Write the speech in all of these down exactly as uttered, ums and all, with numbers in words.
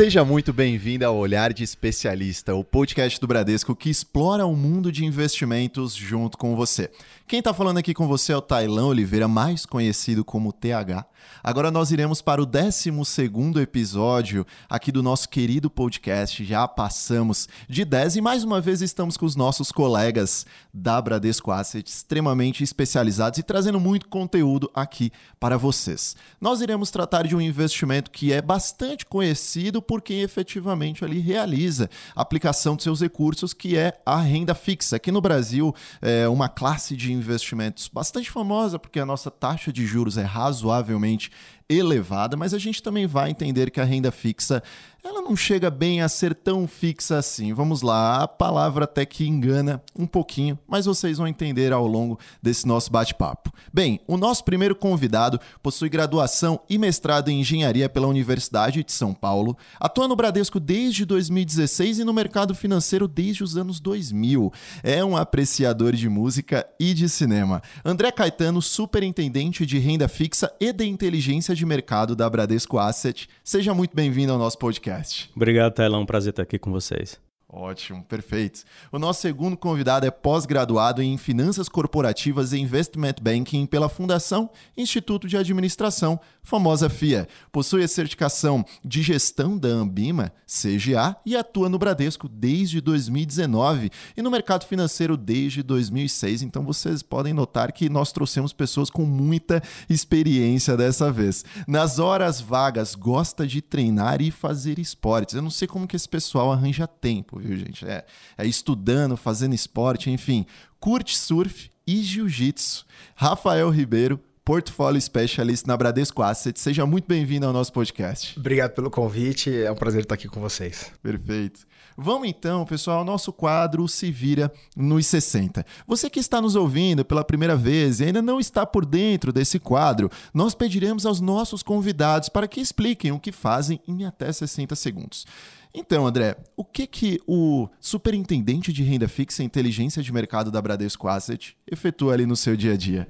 Seja muito bem-vindo ao Olhar de Especialista, o podcast do Bradesco que explora o mundo de investimentos junto com você. Quem está falando aqui com você é o Tailão Oliveira, mais conhecido como T H. Agora nós iremos para o décimo segundo episódio aqui do nosso querido podcast. Já passamos de dez e mais uma vez estamos com os nossos colegas da Bradesco Asset, extremamente especializados e trazendo muito conteúdo aqui para vocês. Nós iremos tratar de um investimento que é bastante conhecido por quem efetivamente ali realiza a aplicação de seus recursos, que é a renda fixa. Aqui no Brasil é uma classe de investimentos bastante famosa porque a nossa taxa de juros é razoavelmente elevada, mas a gente também vai entender que a renda fixa ela não chega bem a ser tão fixa assim. Vamos lá, a palavra até que engana um pouquinho, mas vocês vão entender ao longo desse nosso bate-papo. Bem, o nosso primeiro convidado possui graduação e mestrado em engenharia pela Universidade de São Paulo, atua no Bradesco desde dois mil e dezesseis e no mercado financeiro desde os anos dois mil. É um apreciador de música e de cinema. André Caetano, superintendente de renda fixa e de inteligência de mercado da Bradesco Asset. Seja muito bem-vindo ao nosso podcast. Obrigado, Tailão. Prazer estar aqui com vocês. Ótimo, perfeito. O nosso segundo convidado é pós-graduado em Finanças Corporativas e Investment Banking pela Fundação Instituto de Administração, famosa F I A. Possui a certificação de gestão da Ambima, C G A, e atua no Bradesco desde dois mil e dezenove e no mercado financeiro desde dois mil e seis. Então vocês podem notar que nós trouxemos pessoas com muita experiência dessa vez. Nas horas vagas, gosta de treinar e fazer esportes. Eu não sei como que esse pessoal arranja tempo, viu, gente? É, é estudando, fazendo esporte, enfim. Curte surf e jiu-jitsu. Rafael Ribeiro, Portfólio Specialist na Bradesco Asset. Seja muito bem-vindo ao nosso podcast. Obrigado pelo convite, é um prazer estar aqui com vocês. Perfeito. Vamos então, pessoal, ao nosso quadro Se Vira nos sessenta. Você que está nos ouvindo pela primeira vez e ainda não está por dentro desse quadro, nós pediremos aos nossos convidados para que expliquem o que fazem em até sessenta segundos. Então, André, o que, que o superintendente de renda fixa e inteligência de mercado da Bradesco Asset efetua ali no seu dia a dia?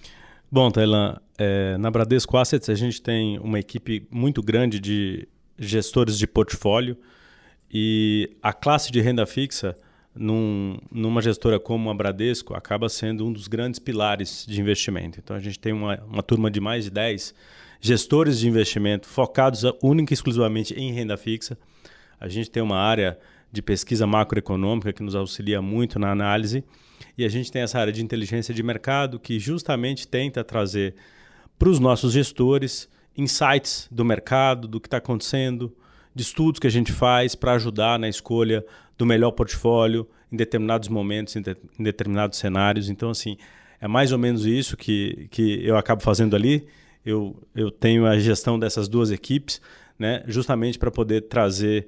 Bom, Tailã, é, na Bradesco Assets a gente tem uma equipe muito grande de gestores de portfólio e a classe de renda fixa, num, numa gestora como a Bradesco, acaba sendo um dos grandes pilares de investimento. Então, a gente tem uma, uma turma de mais de dez gestores de investimento focados única e exclusivamente em renda fixa. A gente tem uma área de pesquisa macroeconômica que nos auxilia muito na análise e a gente tem essa área de inteligência de mercado que justamente tenta trazer para os nossos gestores insights do mercado, do que está acontecendo, de estudos que a gente faz para ajudar na escolha do melhor portfólio em determinados momentos, em, de, em determinados cenários. Então, assim, é mais ou menos isso que, que eu acabo fazendo ali. Eu, eu tenho a gestão dessas duas equipes, né, justamente para poder trazer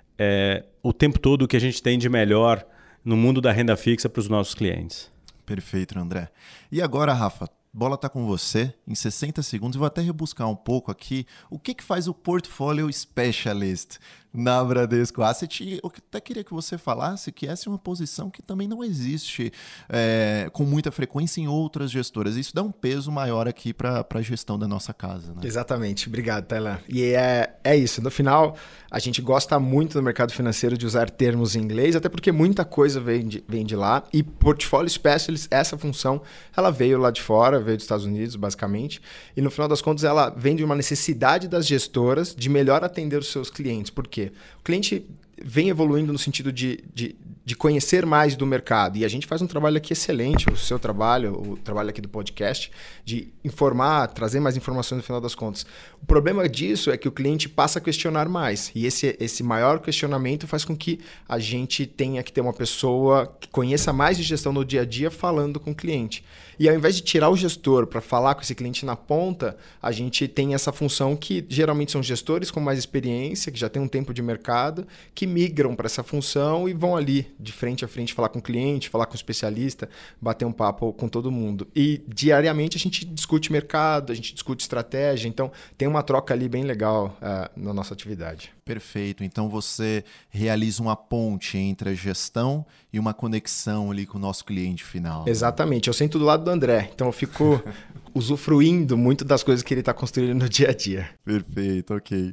É, o tempo todo o que a gente tem de melhor no mundo da renda fixa para os nossos clientes. Perfeito, André. E agora, Rafa, bola está com você em sessenta segundos. Eu vou até rebuscar um pouco aqui o que, que faz o Portfolio Specialist na Bradesco Asset. Eu até queria que você falasse que essa é uma posição que também não existe é, com muita frequência em outras gestoras. Isso dá um peso maior aqui para a gestão da nossa casa, né? Exatamente. Obrigado, Tailã. E é, é isso. No final, a gente gosta muito no mercado financeiro de usar termos em inglês, até porque muita coisa vem de, vem de lá. E Portfolio Specialist, essa função, ela veio lá de fora, veio dos Estados Unidos, basicamente. E no final das contas, ela vem de uma necessidade das gestoras de melhor atender os seus clientes. Por quê? O cliente vem evoluindo no sentido de, de, de conhecer mais do mercado. E a gente faz um trabalho aqui excelente, o seu trabalho, o trabalho aqui do podcast, de informar, trazer mais informações no final das contas. O problema disso é que o cliente passa a questionar mais. E esse, esse maior questionamento faz com que a gente tenha que ter uma pessoa que conheça mais de gestão no dia a dia falando com o cliente. E ao invés de tirar o gestor para falar com esse cliente na ponta, a gente tem essa função que geralmente são gestores com mais experiência, que já tem um tempo de mercado, que migram para essa função e vão ali de frente a frente falar com o cliente, falar com o especialista, bater um papo com todo mundo. E diariamente a gente discute mercado, a gente discute estratégia, então tem uma troca ali bem legal uh, na nossa atividade. Perfeito. Então você realiza uma ponte entre a gestão e uma conexão ali com o nosso cliente final. Exatamente. Eu sento do lado do André, então eu fico usufruindo muito das coisas que ele está construindo no dia a dia. Perfeito, ok.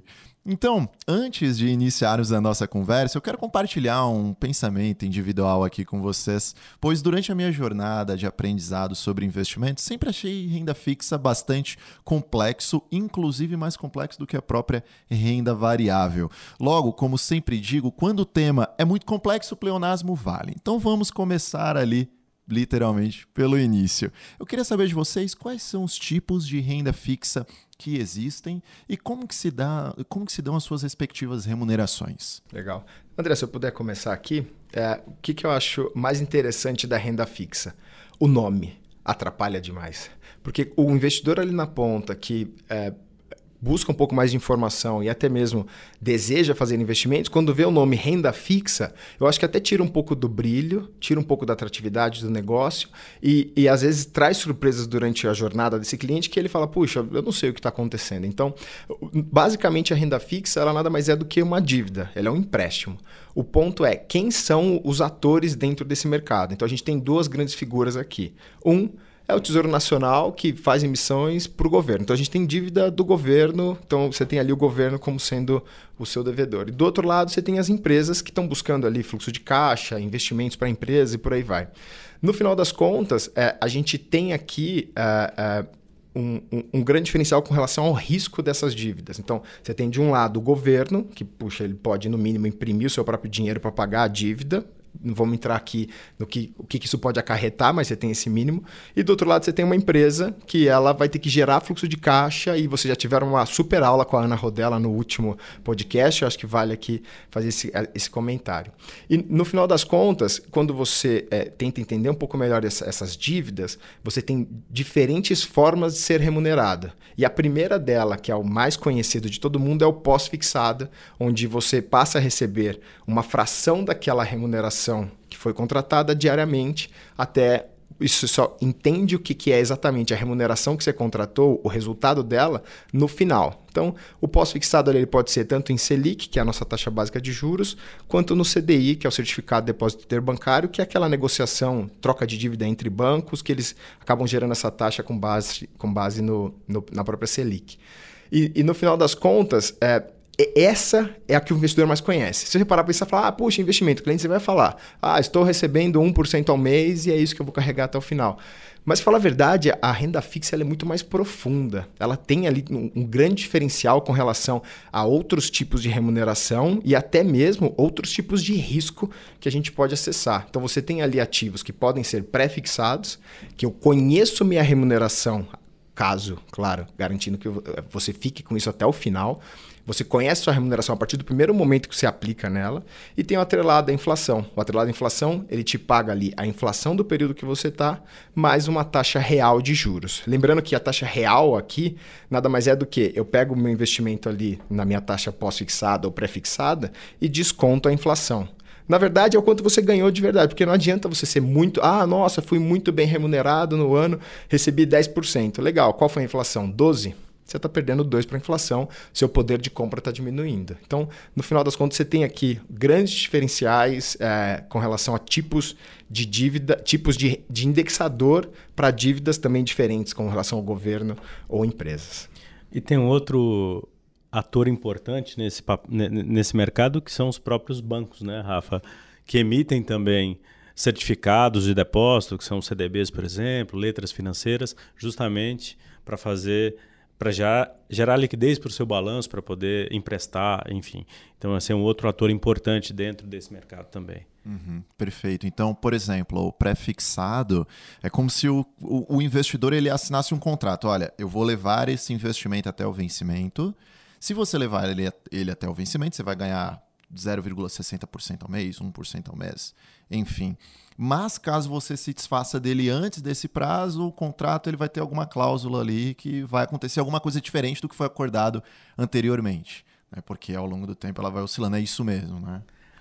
Então, antes de iniciarmos a nossa conversa, eu quero compartilhar um pensamento individual aqui com vocês, pois durante a minha jornada de aprendizado sobre investimentos, sempre achei renda fixa bastante complexo, inclusive mais complexo do que a própria renda variável. Logo, como sempre digo, quando o tema é muito complexo, o pleonasmo vale. Então vamos começar ali literalmente pelo início. Eu queria saber de vocês quais são os tipos de renda fixa que existem e como que se dá, como que se dão as suas respectivas remunerações. Legal. André, se eu puder começar aqui, é, o que, que eu acho mais interessante da renda fixa? O nome atrapalha demais. Porque o investidor ali na ponta que é, busca um pouco mais de informação e até mesmo deseja fazer investimentos, quando vê o nome renda fixa, eu acho que até tira um pouco do brilho, tira um pouco da atratividade do negócio e, e às vezes traz surpresas durante a jornada desse cliente que ele fala, puxa, eu não sei o que está acontecendo. Então, basicamente a renda fixa, ela nada mais é do que uma dívida, ela é um empréstimo. O ponto é, quem são os atores dentro desse mercado? Então, a gente tem duas grandes figuras aqui. Um é o Tesouro Nacional, que faz emissões para o governo. Então, a gente tem dívida do governo, então você tem ali o governo como sendo o seu devedor. E do outro lado, você tem as empresas que estão buscando ali fluxo de caixa, investimentos para a empresa e por aí vai. No final das contas, é, a gente tem aqui é, é, um, um, um grande diferencial com relação ao risco dessas dívidas. Então, você tem de um lado o governo, que puxa, ele pode, no mínimo, imprimir o seu próprio dinheiro para pagar a dívida. Não vamos entrar aqui no que, o que isso pode acarretar, mas você tem esse mínimo. E do outro lado você tem uma empresa que ela vai ter que gerar fluxo de caixa e vocês já tiveram uma super aula com a Ana Rodella no último podcast, eu acho que vale aqui fazer esse, esse comentário. E no final das contas, quando você é, tenta entender um pouco melhor essa, essas dívidas, você tem diferentes formas de ser remunerada. E a primeira dela, que é o mais conhecido de todo mundo, é o pós-fixada, onde você passa a receber uma fração daquela remuneração que foi contratada diariamente até isso só entende o que, que é exatamente a remuneração que você contratou, o resultado dela, no final. Então, o pós-fixado ele pode ser tanto em Selic, que é a nossa taxa básica de juros, quanto no C D I, que é o Certificado de Depósito Interbancário, que é aquela negociação, troca de dívida entre bancos, que eles acabam gerando essa taxa com base, com base no, no, na própria Selic. E, e no final das contas, é, essa é a que o investidor mais conhece. Se você parar para pensar e falar, ah, puxa, investimento, o cliente você vai falar, ah, estou recebendo um por cento ao mês e é isso que eu vou carregar até o final. Mas, para falar a verdade, a renda fixa ela é muito mais profunda. Ela tem ali um, um grande diferencial com relação a outros tipos de remuneração e até mesmo outros tipos de risco que a gente pode acessar. Então, você tem ali ativos que podem ser pré-fixados, que eu conheço minha remuneração, caso, claro, garantindo que você fique com isso até o final. Você conhece sua remuneração a partir do primeiro momento que você aplica nela e tem o atrelado à inflação. O atrelado à inflação, ele te paga ali a inflação do período que você está, mais uma taxa real de juros. Lembrando que a taxa real aqui nada mais é do que eu pego o meu investimento ali na minha taxa pós-fixada ou pré-fixada e desconto a inflação. Na verdade, é o quanto você ganhou de verdade, porque não adianta você ser muito... Ah, nossa, fui muito bem remunerado no ano, recebi dez por cento. Legal, qual foi a inflação? doze por cento? Você está perdendo dois por cento para a inflação, seu poder de compra está diminuindo. Então, no final das contas, você tem aqui grandes diferenciais é, com relação a tipos de dívida, tipos de, de indexador para dívidas também diferentes com relação ao governo ou empresas. E tem um outro ator importante nesse, nesse mercado que são os próprios bancos, né, Rafa? Que emitem também certificados de depósito, que são C D Bs, por exemplo, letras financeiras, justamente para fazer... para gerar, gerar liquidez para o seu balanço, para poder emprestar, enfim. Então, esse é um outro ator importante dentro desse mercado também. Uhum, perfeito. Então, por exemplo, o pré-fixado é como se o, o, o investidor ele assinasse um contrato. Olha, eu vou levar esse investimento até o vencimento. Se você levar ele, ele até o vencimento, você vai ganhar zero vírgula sessenta por cento ao mês, um por cento ao mês, enfim. Mas caso você se desfaça dele antes desse prazo, o contrato ele vai ter alguma cláusula ali que vai acontecer alguma coisa diferente do que foi acordado anteriormente, né? Porque ao longo do tempo ela vai oscilando, é isso mesmo, né?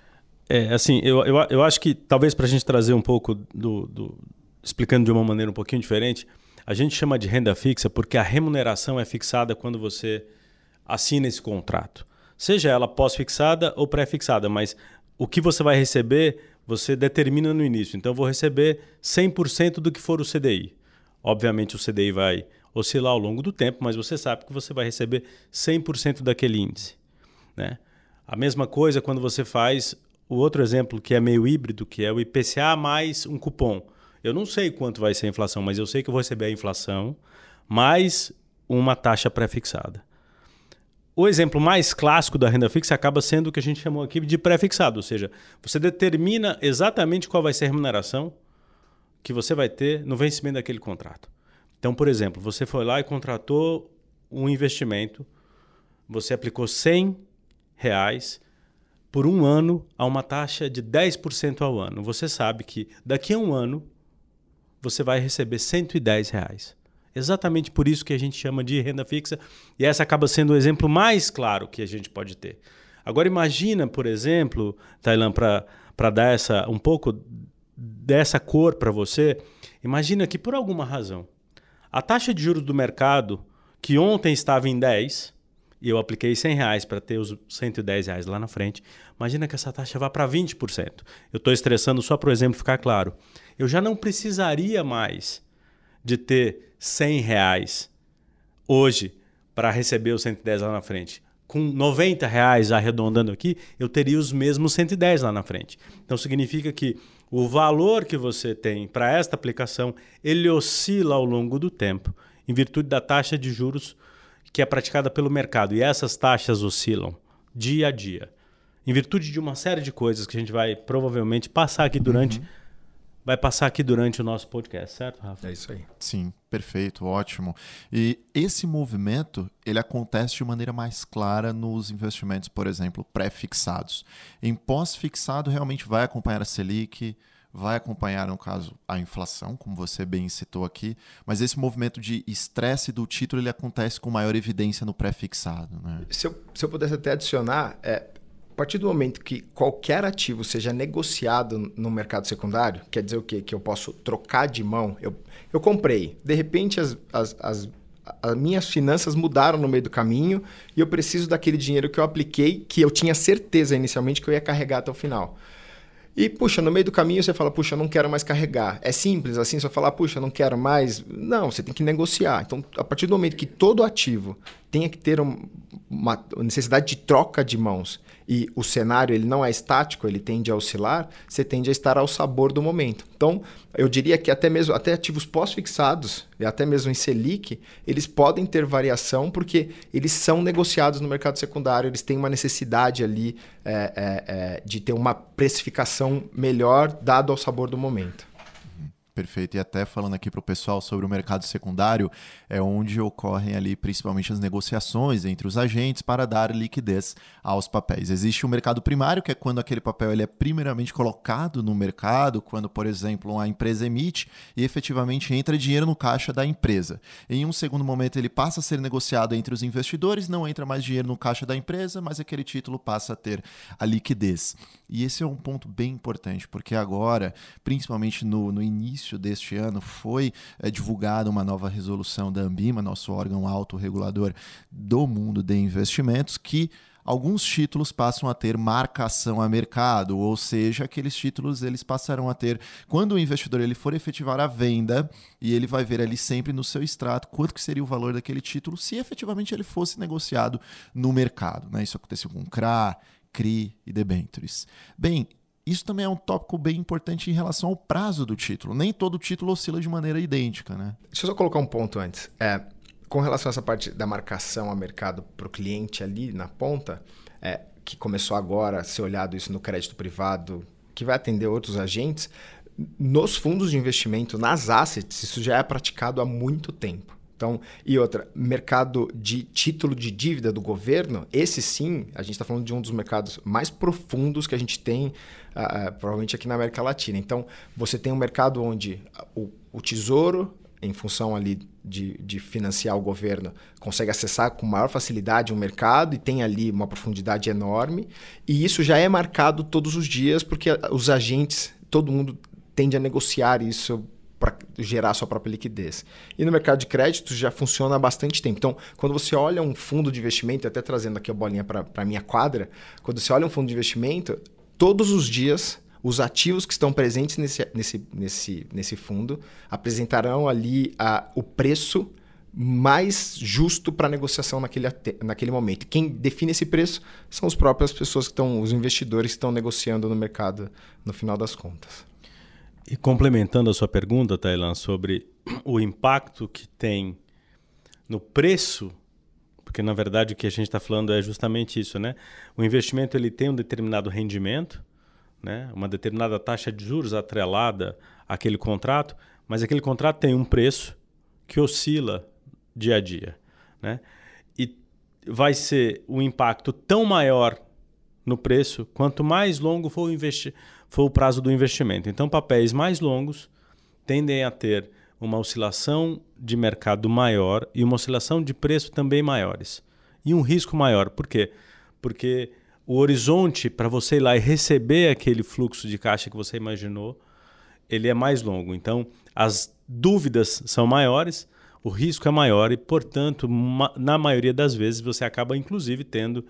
É, assim, eu, eu, eu acho que talvez para a gente trazer um pouco, do, do, explicando de uma maneira um pouquinho diferente, a gente chama de renda fixa porque a remuneração é fixada quando você assina esse contrato. Seja ela pós-fixada ou pré-fixada, mas o que você vai receber, você determina no início. Então, eu vou receber cem por cento do que for o C D I. Obviamente, o C D I vai oscilar ao longo do tempo, mas você sabe que você vai receber cem por cento daquele índice. né? A mesma coisa quando você faz o outro exemplo que é meio híbrido, que é o I P C A mais um cupom. Eu não sei quanto vai ser a inflação, mas eu sei que eu vou receber a inflação mais uma taxa pré-fixada. O exemplo mais clássico da renda fixa acaba sendo o que a gente chamou aqui de pré-fixado, ou seja, você determina exatamente qual vai ser a remuneração que você vai ter no vencimento daquele contrato. Então, por exemplo, você foi lá e contratou um investimento, você aplicou cem reais por um ano a uma taxa de dez por cento ao ano. Você sabe que daqui a um ano você vai receber cento e dez reais. Exatamente por isso que a gente chama de renda fixa, e essa acaba sendo o exemplo mais claro que a gente pode ter. Agora imagina, por exemplo, Tailan, para dar essa, um pouco dessa cor para você, imagina que por alguma razão a taxa de juros do mercado, que ontem estava em dez, e eu apliquei cem reais para ter os cento e dez reais lá na frente, imagina que essa taxa vá para vinte por cento. Eu estou estressando só para o exemplo ficar claro. Eu já não precisaria mais de ter cem reais hoje para receber os cento e dez lá na frente. Com noventa reais arredondando aqui, eu teria os mesmos cento e dez lá na frente. Então significa que o valor que você tem para esta aplicação, ele oscila ao longo do tempo, em virtude da taxa de juros que é praticada pelo mercado. E essas taxas oscilam dia a dia, em virtude de uma série de coisas que a gente vai provavelmente passar aqui durante... Uhum. Vai passar aqui durante o nosso podcast, certo, Rafa? É isso aí. Sim, perfeito, ótimo. E esse movimento, ele acontece de maneira mais clara nos investimentos, por exemplo, pré-fixados. Em pós-fixado, realmente vai acompanhar a Selic, vai acompanhar, no caso, a inflação, como você bem citou aqui, mas esse movimento de estresse do título, ele acontece com maior evidência no pré-fixado, né? Se eu, se eu pudesse até adicionar... É... A partir do momento que qualquer ativo seja negociado no mercado secundário, quer dizer o quê? Que eu posso trocar de mão. Eu, eu comprei, de repente as, as, as, as minhas finanças mudaram no meio do caminho e eu preciso daquele dinheiro que eu apliquei, que eu tinha certeza inicialmente que eu ia carregar até o final. E, puxa, no meio do caminho você fala, puxa, eu não quero mais carregar. É simples assim, só falar, puxa, eu não quero mais. Não, você tem que negociar. Então, a partir do momento que todo ativo tenha que ter um, uma necessidade de troca de mãos e o cenário ele não é estático, ele tende a oscilar, você tende a estar ao sabor do momento. Então, eu diria que até mesmo até ativos pós-fixados, e até mesmo em Selic, eles podem ter variação porque eles são negociados no mercado secundário, eles têm uma necessidade ali é, é, é, de ter uma precificação melhor dado ao sabor do momento. Perfeito. E até falando aqui para o pessoal sobre o mercado secundário, é onde ocorrem ali principalmente as negociações entre os agentes para dar liquidez aos papéis. Existe o mercado primário, que é quando aquele papel ele é primeiramente colocado no mercado, quando, por exemplo, a empresa emite e efetivamente entra dinheiro no caixa da empresa. Em um segundo momento, ele passa a ser negociado entre os investidores, não entra mais dinheiro no caixa da empresa, mas aquele título passa a ter a liquidez. E esse é um ponto bem importante, porque agora, principalmente no, no início deste ano, foi é, divulgada uma nova resolução da Anbima, nosso órgão autorregulador do mundo de investimentos, que alguns títulos passam a ter marcação a mercado, ou seja, aqueles títulos eles passarão a ter, quando o investidor ele for efetivar a venda, e ele vai ver ali sempre no seu extrato quanto que seria o valor daquele título se efetivamente ele fosse negociado no mercado, né? Isso aconteceu com C R A, C R I e debentures. Bem, isso também é um tópico bem importante em relação ao prazo do título. Nem todo título oscila de maneira idêntica, né? Deixa eu só colocar um ponto antes. É, com relação a essa parte da marcação a mercado para o cliente ali na ponta, é, que começou agora a ser olhado isso no crédito privado, que vai atender outros agentes, nos fundos de investimento, nas assets, isso já é praticado há muito tempo. Então, e outra, mercado de título de dívida do governo, esse sim, a gente está falando de um dos mercados mais profundos que a gente tem, uh, provavelmente aqui na América Latina. Então, você tem um mercado onde o, o Tesouro, em função ali de, de financiar o governo, consegue acessar com maior facilidade um mercado e tem ali uma profundidade enorme. E isso já é marcado todos os dias, porque os agentes, todo mundo tende a negociar isso para gerar sua própria liquidez. E no mercado de crédito já funciona há bastante tempo. Então, quando você olha um fundo de investimento, até trazendo aqui a bolinha para a minha quadra, quando você olha um fundo de investimento, todos os dias os ativos que estão presentes nesse, nesse, nesse, nesse fundo apresentarão ali a, o preço mais justo para a negociação naquele, naquele momento. Quem define esse preço são as próprias pessoas que estão, os investidores que estão negociando no mercado no final das contas. E complementando a sua pergunta, Tailan, sobre o impacto que tem no preço, porque na verdade o que a gente está falando é justamente isso, né? O investimento ele tem um determinado rendimento, né? Uma determinada taxa de juros atrelada àquele contrato, mas aquele contrato tem um preço que oscila dia a dia, né? E vai ser um impacto tão maior no preço quanto mais longo for o, investi- for o prazo do investimento. Então, papéis mais longos tendem a ter uma oscilação de mercado maior e uma oscilação de preço também maiores. E um risco maior. Por quê? Porque o horizonte para você ir lá e receber aquele fluxo de caixa que você imaginou, ele é mais longo. Então, as dúvidas são maiores, o risco é maior e, portanto, ma- na maioria das vezes, você acaba, inclusive, tendo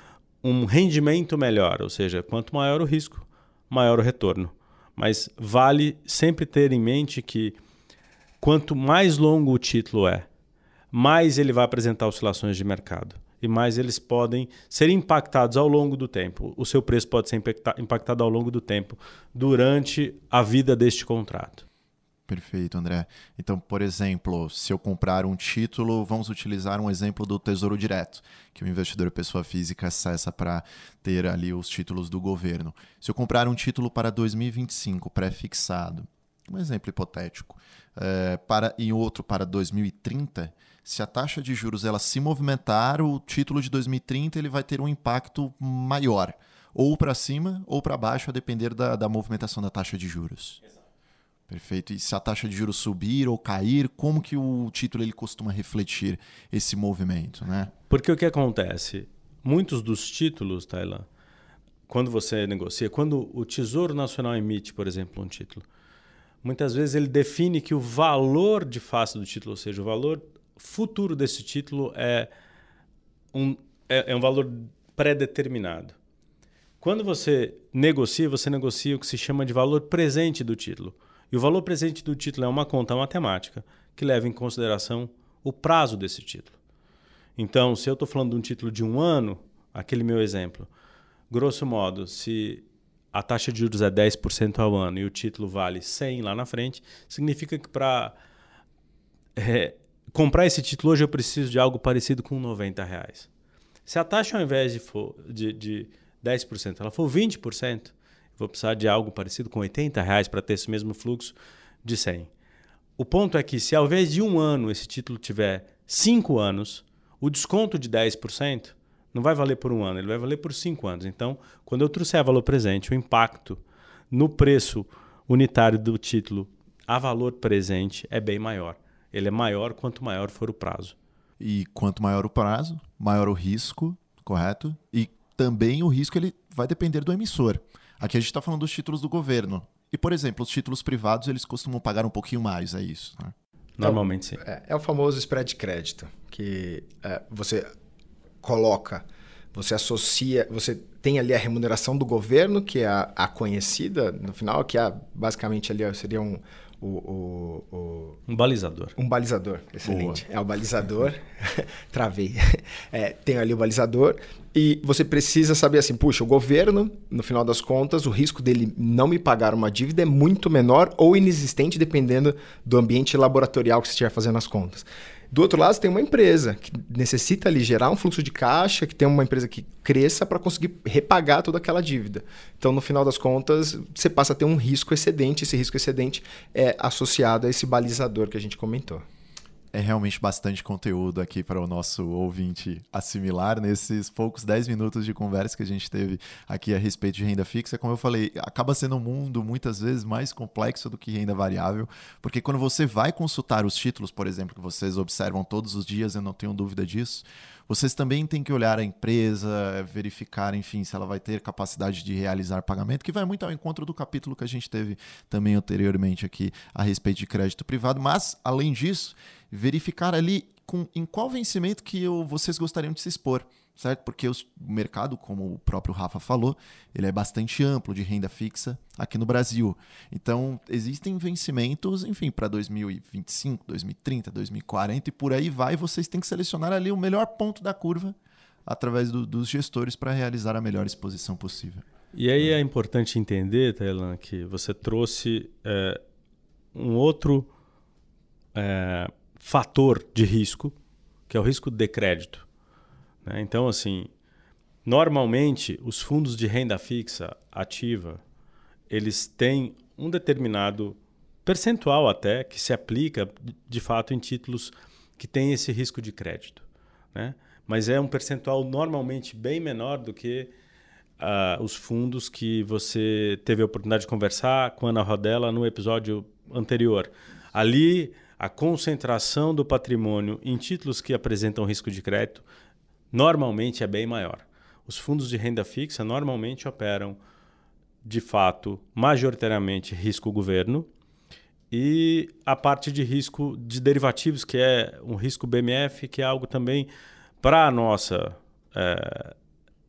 um rendimento melhor. Ou seja, quanto maior o risco, maior o retorno. Mas vale sempre ter em mente que quanto mais longo o título é, mais ele vai apresentar oscilações de mercado e mais eles podem ser impactados ao longo do tempo. O seu preço pode ser impactado ao longo do tempo durante a vida deste contrato. Perfeito, André. Então, por exemplo, se eu comprar um título, vamos utilizar um exemplo do Tesouro Direto, que o investidor pessoa física acessa para ter ali os títulos do governo. Se eu comprar um título para dois mil e vinte e cinco pré-fixado, um exemplo hipotético, é, para, e outro para dois mil e trinta, se a taxa de juros ela se movimentar, o título de dois mil e trinta ele vai ter um impacto maior, ou para cima ou para baixo, a depender da, da movimentação da taxa de juros. Exato. Perfeito. E se a taxa de juros subir ou cair, como que o título ele costuma refletir esse movimento, né? Porque o que acontece? Muitos dos títulos, Tailan, quando você negocia, quando o Tesouro Nacional emite, por exemplo, um título, muitas vezes ele define que o valor de face do título, ou seja, o valor futuro desse título é um, é, é um valor pré-determinado. Quando você negocia, você negocia o que se chama de valor presente do título. E o valor presente do título é uma conta matemática que leva em consideração o prazo desse título. Então, se eu estou falando de um título de um ano, aquele meu exemplo, grosso modo, se a taxa de juros é dez por cento ao ano e o título vale cem lá na frente, significa que para é, comprar esse título hoje eu preciso de algo parecido com noventa reais. Se a taxa ao invés de, for, de, de dez por cento ela for vinte por cento, vou precisar de algo parecido com oitenta reais para ter esse mesmo fluxo de cem. O ponto é que se ao invés de um ano esse título tiver cinco anos, o desconto de dez por cento não vai valer por um ano, ele vai valer por cinco anos. Então, quando eu trouxer valor presente, o impacto no preço unitário do título a valor presente é bem maior. Ele é maior quanto maior for o prazo. E quanto maior o prazo, maior o risco, correto? E também o risco ele vai depender do emissor. Aqui a gente está falando dos títulos do governo. E, por exemplo, os títulos privados eles costumam pagar um pouquinho mais, é isso, né? Normalmente, sim. É, é o famoso spread de crédito, que é, você coloca, você associa, você tem ali a remuneração do governo, que é a, a conhecida no final, que é basicamente ali seria um... O, o, o... Um balizador. Um balizador, excelente. Boa. É o balizador. Travei. É, tem ali o balizador e você precisa saber assim, puxa, o governo, no final das contas, o risco dele não me pagar uma dívida é muito menor ou inexistente, dependendo do ambiente laboratorial que você estiver fazendo as contas. Do outro lado, você tem uma empresa que necessita ali gerar um fluxo de caixa, que tem uma empresa que cresça para conseguir repagar toda aquela dívida. Então, no final das contas, você passa a ter um risco excedente. Esse risco excedente é associado a esse balizador que a gente comentou. É realmente bastante conteúdo aqui para o nosso ouvinte assimilar nesses poucos dez minutos de conversa que a gente teve aqui a respeito de renda fixa. Como eu falei, acaba sendo um mundo muitas vezes mais complexo do que renda variável, porque quando você vai consultar os títulos, por exemplo, que vocês observam todos os dias, eu não tenho dúvida disso, vocês também têm que olhar a empresa, verificar, enfim, se ela vai ter capacidade de realizar pagamento, que vai muito ao encontro do capítulo que a gente teve também anteriormente aqui a respeito de crédito privado. Mas, além disso, verificar ali com, em qual vencimento que eu, vocês gostariam de se expor. certo? Porque os, o mercado, como o próprio Rafa falou, ele é bastante amplo de renda fixa aqui no Brasil. Então, existem vencimentos, enfim, para dois mil e vinte e cinco, dois mil e trinta, dois mil e quarenta e por aí vai. E vocês têm que selecionar ali o melhor ponto da curva através do, dos gestores para realizar a melhor exposição possível. E aí é importante entender, Tailan, que você trouxe é, um outro é, fator de risco, que é o risco de crédito. Né? Então, assim, normalmente os fundos de renda fixa ativa, eles têm um determinado percentual até que se aplica, de fato, em títulos que têm esse risco de crédito. Né? Mas é um percentual normalmente bem menor do que uh, os fundos que você teve a oportunidade de conversar com a Ana Rodella no episódio anterior. Ali, a concentração do patrimônio em títulos que apresentam risco de crédito normalmente é bem maior. Os fundos de renda fixa normalmente operam, de fato, majoritariamente risco governo e a parte de risco de derivativos, que é um risco B M F, que é algo também para a nossa, é,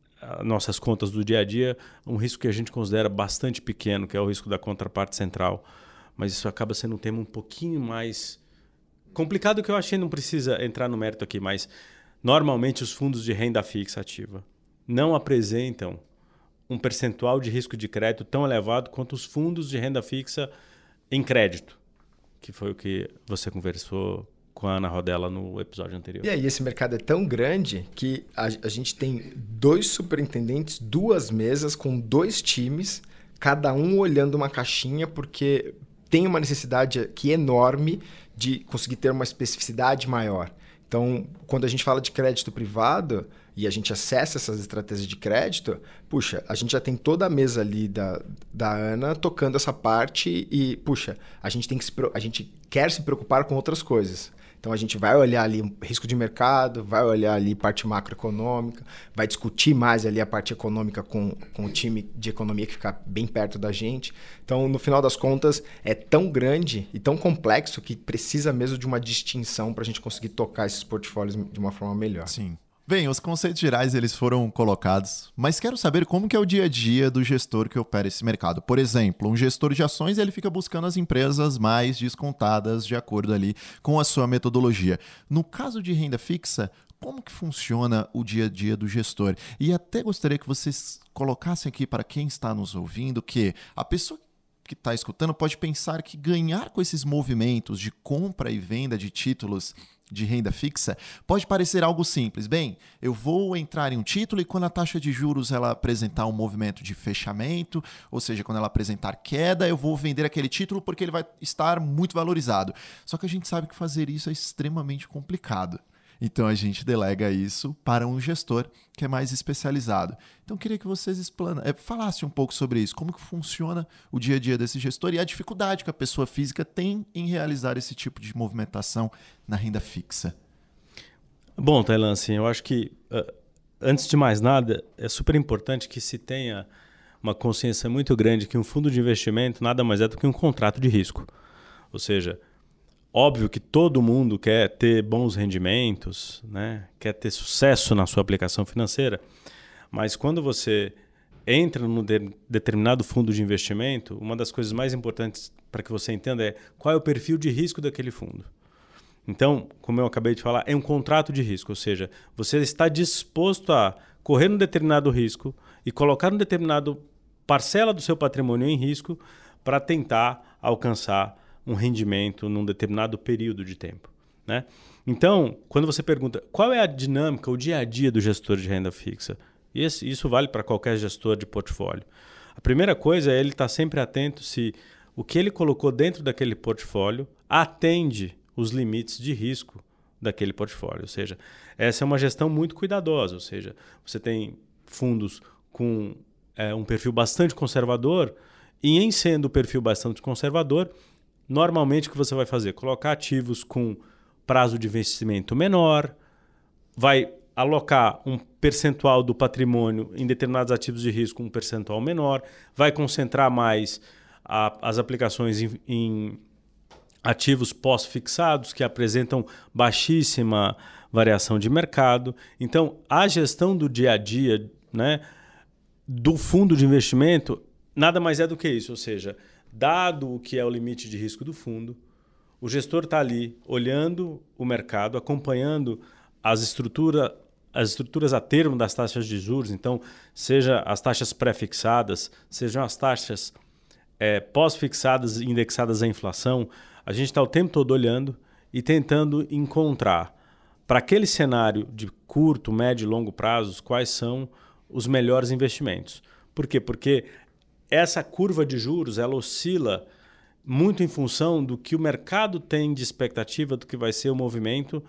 nossas contas do dia a dia, um risco que a gente considera bastante pequeno, que é o risco da contraparte central. Mas isso acaba sendo um tema um pouquinho mais complicado, que eu achei, não precisa entrar no mérito aqui, mas normalmente os fundos de renda fixa ativa não apresentam um percentual de risco de crédito tão elevado quanto os fundos de renda fixa em crédito, que foi o que você conversou com a Ana Rodella no episódio anterior. E aí, esse mercado é tão grande que a, a gente tem dois superintendentes, duas mesas com dois times, cada um olhando uma caixinha, porque tem uma necessidade aqui enorme de conseguir ter uma especificidade maior. Então, quando a gente fala de crédito privado e a gente acessa essas estratégias de crédito, puxa, a gente já tem toda a mesa ali da, da Ana tocando essa parte e, puxa, a gente, tem que se, a gente quer se preocupar com outras coisas. Então, a gente vai olhar ali risco de mercado, vai olhar ali parte macroeconômica, vai discutir mais ali a parte econômica com, com o time de economia que fica bem perto da gente. Então, no final das contas, é tão grande e tão complexo que precisa mesmo de uma distinção para a gente conseguir tocar esses portfólios de uma forma melhor. Sim. Bem, os conceitos gerais eles foram colocados, mas quero saber como que é o dia a dia do gestor que opera esse mercado. Por exemplo, um gestor de ações ele fica buscando as empresas mais descontadas de acordo ali com a sua metodologia. No caso de renda fixa, como que funciona o dia a dia do gestor? E até gostaria que vocês colocassem aqui para quem está nos ouvindo que a pessoa que está escutando pode pensar que ganhar com esses movimentos de compra e venda de títulos de renda fixa pode parecer algo simples. Bem, eu vou entrar em um título e quando a taxa de juros ela apresentar um movimento de fechamento, ou seja, quando ela apresentar queda, eu vou vender aquele título porque ele vai estar muito valorizado. Só que a gente sabe que fazer isso é extremamente complicado. Então a gente delega isso para um gestor que é mais especializado. Então eu queria que vocês explana, é, falassem um pouco sobre isso, como que funciona o dia a dia desse gestor e a dificuldade que a pessoa física tem em realizar esse tipo de movimentação na renda fixa. Bom, Tailan, assim, eu acho que uh, antes de mais nada é super importante que se tenha uma consciência muito grande que um fundo de investimento nada mais é do que um contrato de risco. Ou seja, óbvio que todo mundo quer ter bons rendimentos, né? Quer ter sucesso na sua aplicação financeira, mas quando você entra num de determinado fundo de investimento, uma das coisas mais importantes para que você entenda é qual é o perfil de risco daquele fundo. Então, como eu acabei de falar, é um contrato de risco, ou seja, você está disposto a correr um determinado risco e colocar um determinado parcela do seu patrimônio em risco para tentar alcançar um rendimento num determinado período de tempo. Né? Então, quando você pergunta qual é a dinâmica, o dia a dia do gestor de renda fixa, e esse, isso vale para qualquer gestor de portfólio. A primeira coisa é ele estar sempre atento se o que ele colocou dentro daquele portfólio atende os limites de risco daquele portfólio. Ou seja, essa é uma gestão muito cuidadosa. Ou seja, você tem fundos com é, um perfil bastante conservador e em sendo o perfil bastante conservador, normalmente o que você vai fazer? Colocar ativos com prazo de vencimento menor, vai alocar um percentual do patrimônio em determinados ativos de risco, um percentual menor, vai concentrar mais a, as aplicações em, em ativos pós-fixados que apresentam baixíssima variação de mercado. Então, a gestão do dia a dia, né, do fundo de investimento nada mais é do que isso, ou seja, dado o que é o limite de risco do fundo, o gestor está ali olhando o mercado, acompanhando as, estrutura, as estruturas a termo das taxas de juros, então, seja as taxas pré-fixadas, sejam as taxas é, pós-fixadas e indexadas à inflação, a gente está o tempo todo olhando e tentando encontrar, para aquele cenário de curto, médio e longo prazos, quais são os melhores investimentos. Por quê? Porque essa curva de juros ela oscila muito em função do que o mercado tem de expectativa do que vai ser o movimento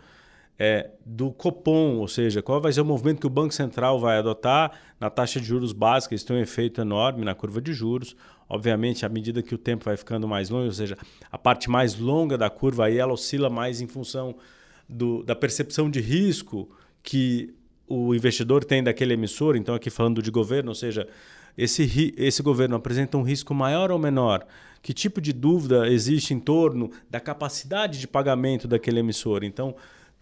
é, do Copom, ou seja, qual vai ser o movimento que o Banco Central vai adotar na taxa de juros básica. Isso tem um efeito enorme na curva de juros. Obviamente, à medida que o tempo vai ficando mais longo, ou seja, a parte mais longa da curva aí ela oscila mais em função do, da percepção de risco que o investidor tem daquele emissor. Então, aqui falando de governo, ou seja, esse, esse governo apresenta um risco maior ou menor? Que tipo de dúvida existe em torno da capacidade de pagamento daquele emissor? Então,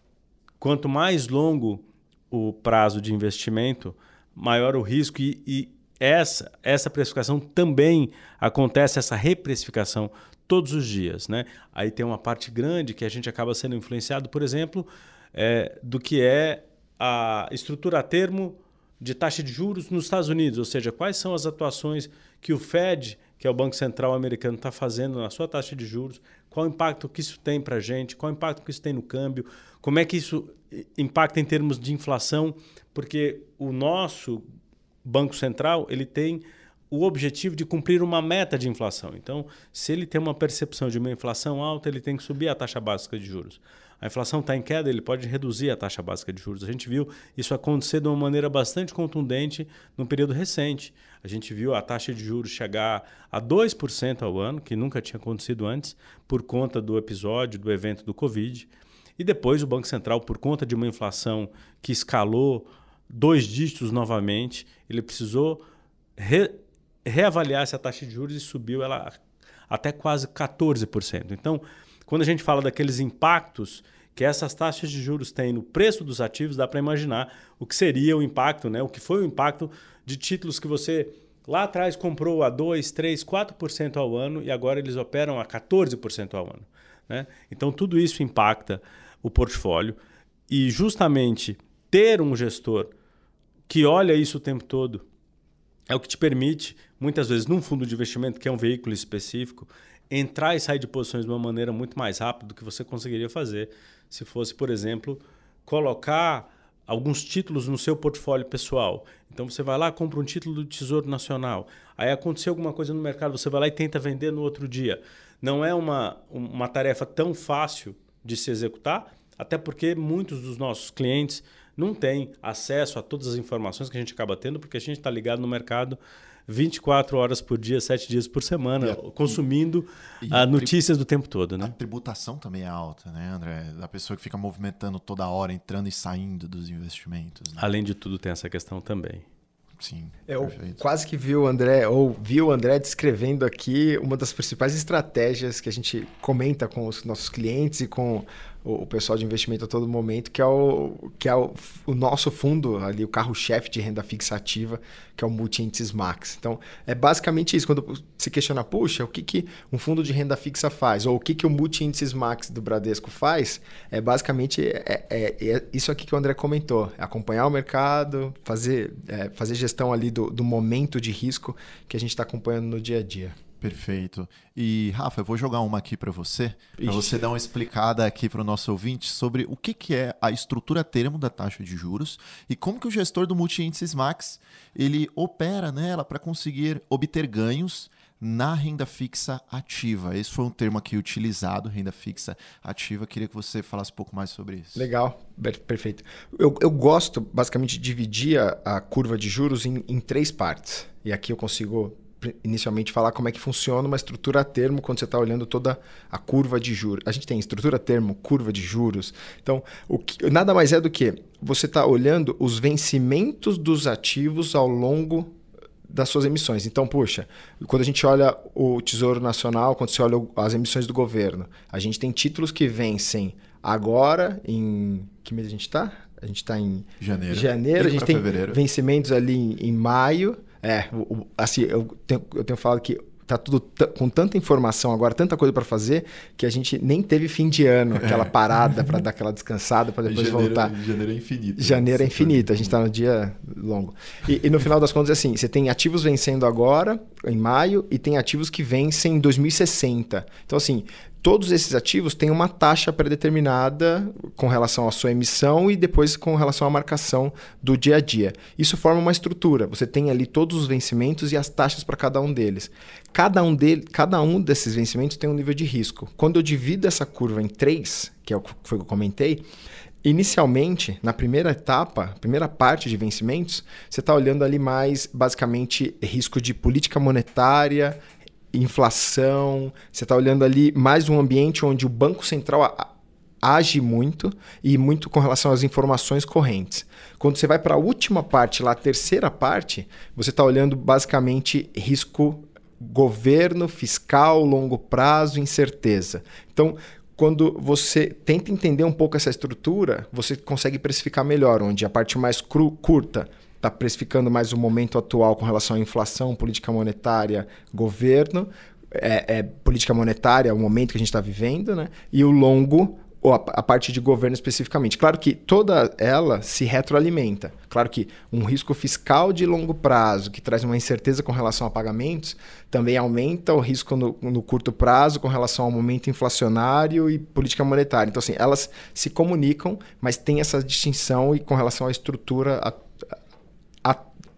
quanto mais longo o prazo de investimento, maior o risco e, e essa, essa precificação também acontece, essa reprecificação todos os dias, né? Aí tem uma parte grande que a gente acaba sendo influenciado, por exemplo, é, do que é a estrutura a termo de taxa de juros nos Estados Unidos, ou seja, quais são as atuações que o Fed, que é o Banco Central americano, está fazendo na sua taxa de juros, qual o impacto que isso tem para a gente, qual o impacto que isso tem no câmbio, como é que isso impacta em termos de inflação, porque o nosso Banco Central ele tem o objetivo de cumprir uma meta de inflação. Então, se ele tem uma percepção de uma inflação alta, ele tem que subir a taxa básica de juros. A inflação está em queda, ele pode reduzir a taxa básica de juros. A gente viu isso acontecer de uma maneira bastante contundente no período recente. A gente viu a taxa de juros chegar a dois por cento ao ano, que nunca tinha acontecido antes, por conta do episódio, do evento do Covid. E depois o Banco Central, por conta de uma inflação que escalou dois dígitos novamente, ele precisou re reavaliar essa taxa de juros e subiu ela até quase quatorze por cento. Então, quando a gente fala daqueles impactos que essas taxas de juros têm no preço dos ativos, dá para imaginar o que seria o impacto, né? O que foi o impacto de títulos que você lá atrás comprou a dois, três, quatro por cento ao ano e agora eles operam a quatorze por cento ao ano, né? Então, tudo isso impacta o portfólio e justamente ter um gestor que olha isso o tempo todo é o que te permite, muitas vezes, num fundo de investimento, que é um veículo específico, entrar e sair de posições de uma maneira muito mais rápida do que você conseguiria fazer se fosse, por exemplo, colocar alguns títulos no seu portfólio pessoal. Então, você vai lá, compra um título do Tesouro Nacional. Aí aconteceu alguma coisa no mercado, você vai lá e tenta vender no outro dia. Não é uma, uma tarefa tão fácil de se executar, até porque muitos dos nossos clientes não têm acesso a todas as informações que a gente acaba tendo, porque a gente está ligado no mercado vinte e quatro horas por dia, sete dias por semana, a, consumindo e, a notícias do tempo todo. Né? A tributação também é alta, né, André? Da pessoa que fica movimentando toda hora, entrando e saindo dos investimentos. Né? Além de tudo, tem essa questão também. Sim, eu quase que vi o André, ou vi o André descrevendo aqui uma das principais estratégias que a gente comenta com os nossos clientes e com o pessoal de investimento a todo momento, que é o, que é o, o nosso fundo, ali, o carro-chefe de renda fixa ativa, que é o Multi-Índices Max. Então, é basicamente isso. Quando se questiona, puxa, o que, que um fundo de renda fixa faz? Ou o que, que o Multi-Índices Max do Bradesco faz? É basicamente é, é, é isso aqui que o André comentou. É acompanhar o mercado, fazer, é, fazer gestão ali do, do momento de risco que a gente está acompanhando no dia a dia. Perfeito. E, Rafa, eu vou jogar uma aqui para você, para você dar uma explicada aqui para o nosso ouvinte sobre o que, que é a estrutura termo da taxa de juros e como que o gestor do Multi-Índices Max ele opera nela para conseguir obter ganhos na renda fixa ativa. Esse foi um termo aqui utilizado, renda fixa ativa. Queria que você falasse um pouco mais sobre isso. Legal, perfeito. Eu, eu gosto, basicamente, de dividir a, a curva de juros em, em três partes. E aqui eu consigo inicialmente falar como é que funciona uma estrutura a termo quando você está olhando toda a curva de juros. A gente tem estrutura a termo, curva de juros. Então, o que, nada mais é do que você está olhando os vencimentos dos ativos ao longo das suas emissões. Então, puxa, quando a gente olha o Tesouro Nacional, quando você olha as emissões do governo, a gente tem títulos que vencem agora, em... Que mês a gente está? A gente está em janeiro. janeiro. A gente tem fevereiro. Vencimentos ali em, em maio. É, o, o, assim, eu tenho, eu tenho falado que tá tudo com tanta informação agora, tanta coisa para fazer, que a gente nem teve fim de ano, aquela é. parada para dar aquela descansada, para depois janeiro, voltar. Janeiro é infinito. Janeiro é infinito, a gente está no dia longo. E, e no final das contas, assim, você tem ativos vencendo agora, em maio, e tem ativos que vencem em dois mil e sessenta. Então, assim, todos esses ativos têm uma taxa pré-determinada com relação à sua emissão e depois com relação à marcação do dia a dia. Isso forma uma estrutura. Você tem ali todos os vencimentos e as taxas para cada um deles. Cada um, dele, cada um desses vencimentos tem um nível de risco. Quando eu divido essa curva em três, que é o que foi o que eu comentei, inicialmente, na primeira etapa, primeira parte de vencimentos, você está olhando ali mais, basicamente, risco de política monetária, inflação, você está olhando ali mais um ambiente onde o Banco Central age muito e muito com relação às informações correntes. Quando você vai para a última parte, lá a terceira parte, você está olhando basicamente risco governo, fiscal, longo prazo, incerteza. Então, quando você tenta entender um pouco essa estrutura, você consegue precificar melhor, onde a parte mais cru, curta está precificando mais o momento atual com relação à inflação, política monetária, governo, é, é, política monetária, o momento que a gente está vivendo, né? E o longo, ou a, a parte de governo especificamente. Claro que toda ela se retroalimenta. Claro que um risco fiscal de longo prazo, que traz uma incerteza com relação a pagamentos, também aumenta o risco no, no curto prazo com relação ao momento inflacionário e política monetária. Então, assim, elas se comunicam, mas tem essa distinção e com relação à estrutura, a, a,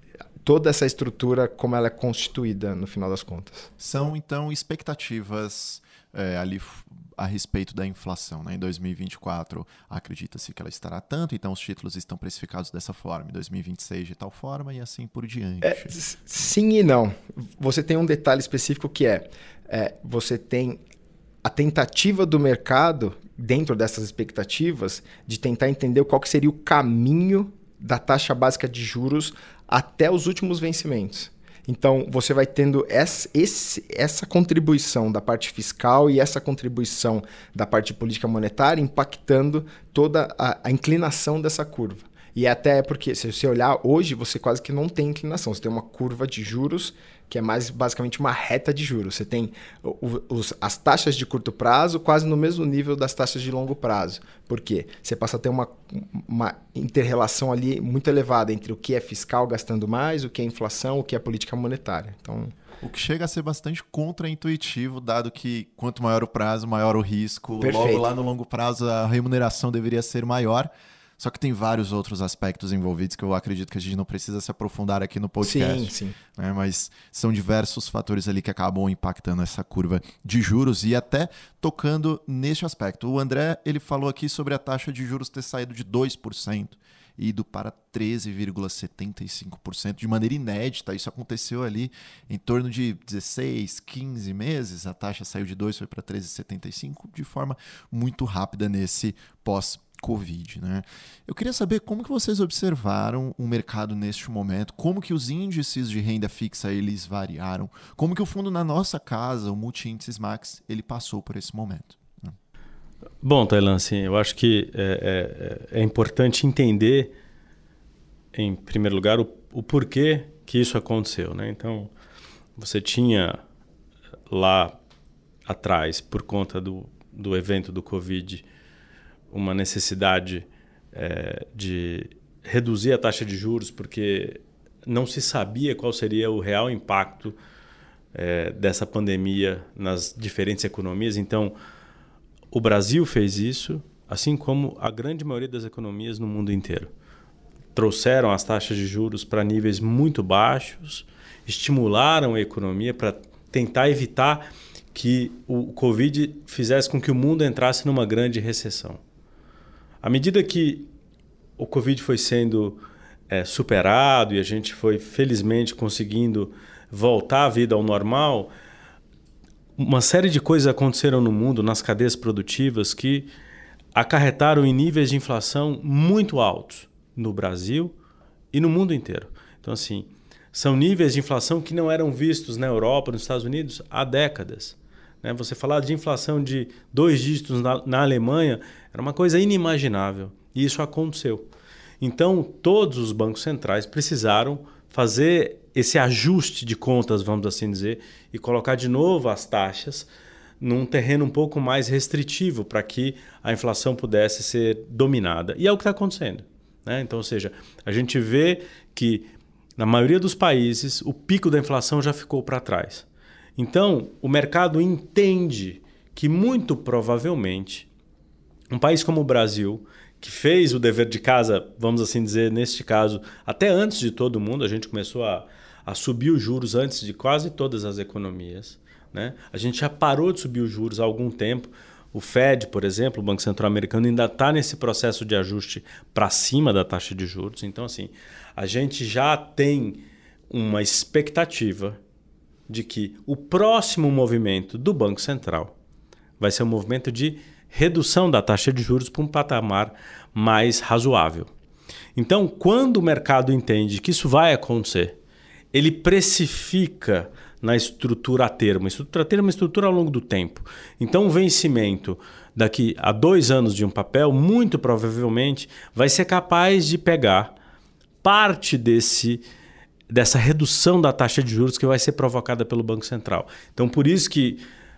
toda essa estrutura, como ela é constituída no final das contas. São, então, expectativas é, ali a respeito da inflação, né? Em dois mil e vinte e quatro, acredita-se que ela estará tanto, então os títulos estão precificados dessa forma, em dois mil e vinte e seis de tal forma e assim por diante. É, sim e não. Você tem um detalhe específico que é, é, você tem a tentativa do mercado, dentro dessas expectativas, de tentar entender qual que seria o caminho da taxa básica de juros até os últimos vencimentos. Então, você vai tendo essa, esse, essa contribuição da parte fiscal e essa contribuição da parte de política monetária impactando toda a, a inclinação dessa curva. E até porque, se você olhar hoje, você quase que não tem inclinação. Você tem uma curva de juros que é mais basicamente uma reta de juros. Você tem os, as taxas de curto prazo quase no mesmo nível das taxas de longo prazo. Por quê? Você passa a ter uma, uma inter-relação ali muito elevada entre o que é fiscal gastando mais, o que é inflação, o que é política monetária. Então, o que chega a ser bastante contraintuitivo, dado que quanto maior o prazo, maior o risco. Perfeito. Logo lá no longo prazo a remuneração deveria ser maior. Só que tem vários outros aspectos envolvidos que eu acredito que a gente não precisa se aprofundar aqui no podcast. Sim, sim. Né? Mas são diversos fatores ali que acabam impactando essa curva de juros e até tocando neste aspecto. O André, ele falou aqui sobre a taxa de juros ter saído de dois por cento e ido para treze vírgula setenta e cinco por cento de maneira inédita. Isso aconteceu ali em torno de dezesseis, quinze meses. A taxa saiu de dois, foi para treze vírgula setenta e cinco de forma muito rápida nesse pós Covid, né? Eu queria saber como que vocês observaram o mercado neste momento, como que os índices de renda fixa eles variaram, como que o fundo na nossa casa, o Multi-Índices Max, ele passou por esse momento. Né? Bom, Tailan, assim, eu acho que é, é, é importante entender, em primeiro lugar, o, o porquê que isso aconteceu, né? Então, você tinha lá atrás, por conta do, do evento do Covid, uma necessidade é, de reduzir a taxa de juros, porque não se sabia qual seria o real impacto é, dessa pandemia nas diferentes economias. Então, o Brasil fez isso, assim como a grande maioria das economias no mundo inteiro. Trouxeram as taxas de juros para níveis muito baixos, estimularam a economia para tentar evitar que o Covid fizesse com que o mundo entrasse numa grande recessão. À medida que o Covid foi sendo é, superado e a gente foi, felizmente, conseguindo voltar a vida ao normal, uma série de coisas aconteceram no mundo, nas cadeias produtivas, que acarretaram em níveis de inflação muito altos no Brasil e no mundo inteiro. Então, assim, São níveis de inflação que não eram vistos na Europa, nos Estados Unidos, há décadas. Né? Você falar de inflação de dois dígitos na, na Alemanha era uma coisa inimaginável. E isso aconteceu. Então, todos os bancos centrais precisaram fazer esse ajuste de contas, vamos assim dizer, e colocar de novo as taxas num terreno um pouco mais restritivo para que a inflação pudesse ser dominada. E é o que está acontecendo. Né? Então, ou seja, a gente vê que na maioria dos países o pico da inflação já ficou para trás. Então, o mercado entende que muito provavelmente um país como o Brasil, que fez o dever de casa, vamos assim dizer, neste caso, até antes de todo mundo, a gente começou a, a subir os juros antes de quase todas as economias. Né? A gente já parou de subir os juros há algum tempo. O Fed, por exemplo, o Banco Central Americano, ainda está nesse processo de ajuste para cima da taxa de juros. Então, assim, a gente já tem uma expectativa de que o próximo movimento do Banco Central vai ser um movimento de redução da taxa de juros para um patamar mais razoável. Então, quando o mercado entende que isso vai acontecer, ele precifica na estrutura a termo. A estrutura a termo é uma estrutura ao longo do tempo. Então, o vencimento daqui a dois anos de um papel, muito provavelmente, vai ser capaz de pegar parte desse, dessa redução da taxa de juros que vai ser provocada pelo Banco Central. Então, por isso que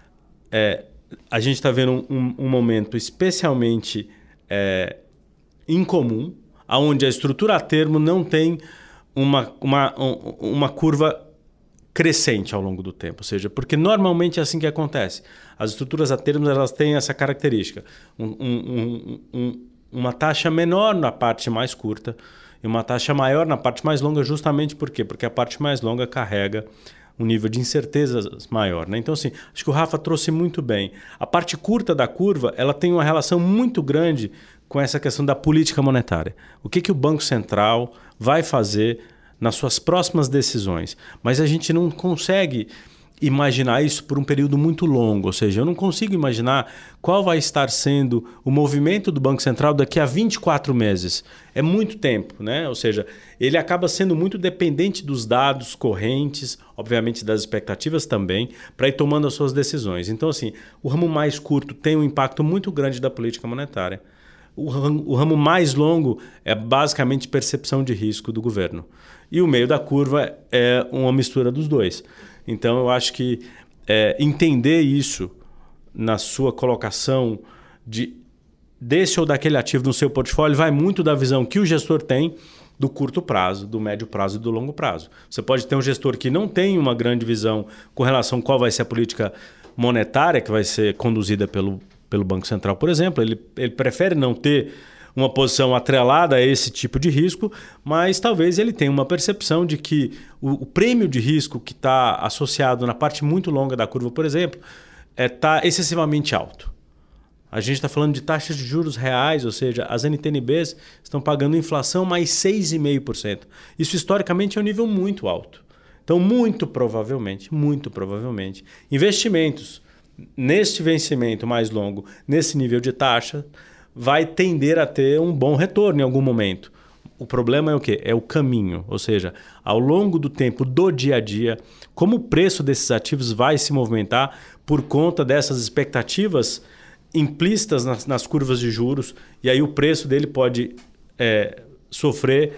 é, a gente está vendo um, um momento especialmente é, incomum, onde a estrutura a termo não tem uma, uma, uma curva crescente ao longo do tempo. Ou seja, porque normalmente é assim que acontece. As estruturas a termo elas têm essa característica. Um, um, um, uma taxa menor na parte mais curta e uma taxa maior na parte mais longa, justamente por quê? Porque a parte mais longa carrega um nível de incertezas maior. Né? Então, assim, acho que o Rafa trouxe muito bem. A parte curta da curva ela tem uma relação muito grande com essa questão da política monetária. O que, que o Banco Central vai fazer nas suas próximas decisões? Mas a gente não consegue imaginar isso por um período muito longo. Ou seja, eu não consigo imaginar qual vai estar sendo o movimento do Banco Central daqui a vinte e quatro meses. É muito tempo, né? Ou seja, ele acaba sendo muito dependente dos dados correntes, obviamente das expectativas também, para ir tomando as suas decisões. Então, assim, o ramo mais curto tem um impacto muito grande da política monetária. O ramo, o ramo mais longo é basicamente percepção de risco do governo. E o meio da curva é uma mistura dos dois. Então, eu acho que é, entender isso na sua colocação de, desse ou daquele ativo no seu portfólio vai muito da visão que o gestor tem do curto prazo, do médio prazo e do longo prazo. Você pode ter um gestor que não tem uma grande visão com relação a qual vai ser a política monetária que vai ser conduzida pelo, pelo Banco Central, por exemplo. Ele, ele prefere não ter uma posição atrelada a esse tipo de risco, mas talvez ele tenha uma percepção de que o, o prêmio de risco que está associado na parte muito longa da curva, por exemplo, está é, excessivamente alto. A gente está falando de taxas de juros reais, ou seja, as N T N Bs estão pagando inflação mais seis vírgula cinco por cento. Isso historicamente é um nível muito alto. Então, muito provavelmente, muito provavelmente, investimentos neste vencimento mais longo, nesse nível de taxa, vai tender a ter um bom retorno em algum momento. O problema é o quê? É o caminho, ou seja, ao longo do tempo, do dia a dia, como o preço desses ativos vai se movimentar por conta dessas expectativas implícitas nas, nas curvas de juros, e aí o preço dele pode é, sofrer,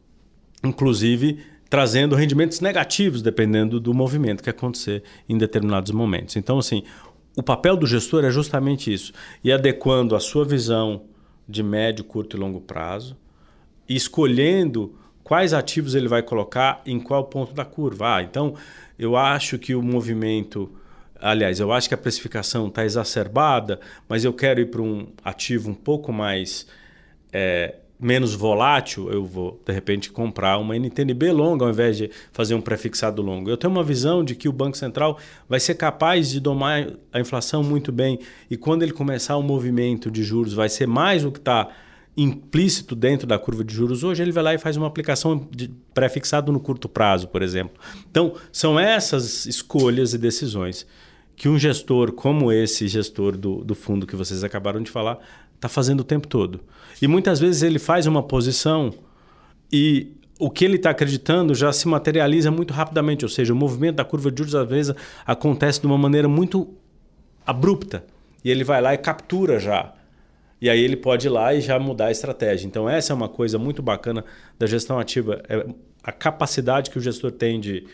inclusive, trazendo rendimentos negativos, dependendo do movimento que acontecer em determinados momentos. Então, assim, o papel do gestor é justamente isso, e adequando a sua visão de médio, curto e longo prazo, e escolhendo quais ativos ele vai colocar em qual ponto da curva. Ah, então, eu acho que o movimento... Aliás, eu acho que a precificação está exacerbada, mas eu quero ir para um ativo um pouco mais é, menos volátil. Eu vou, de repente, comprar uma N T N B longa ao invés de fazer um prefixado longo. Eu tenho uma visão de que o Banco Central vai ser capaz de domar a inflação muito bem, e quando ele começar o movimento de juros vai ser mais o que está implícito dentro da curva de juros hoje, ele vai lá e faz uma aplicação de pré-fixado no curto prazo, por exemplo. Então, são essas escolhas e decisões que um gestor como esse gestor do, do fundo que vocês acabaram de falar está fazendo o tempo todo. E muitas vezes ele faz uma posição e o que ele está acreditando já se materializa muito rapidamente. Ou seja, o movimento da curva de juros, às vezes, acontece de uma maneira muito abrupta. E ele vai lá e captura já. E aí ele pode ir lá e já mudar a estratégia. Então essa é uma coisa muito bacana da gestão ativa. É a capacidade que o gestor tem de...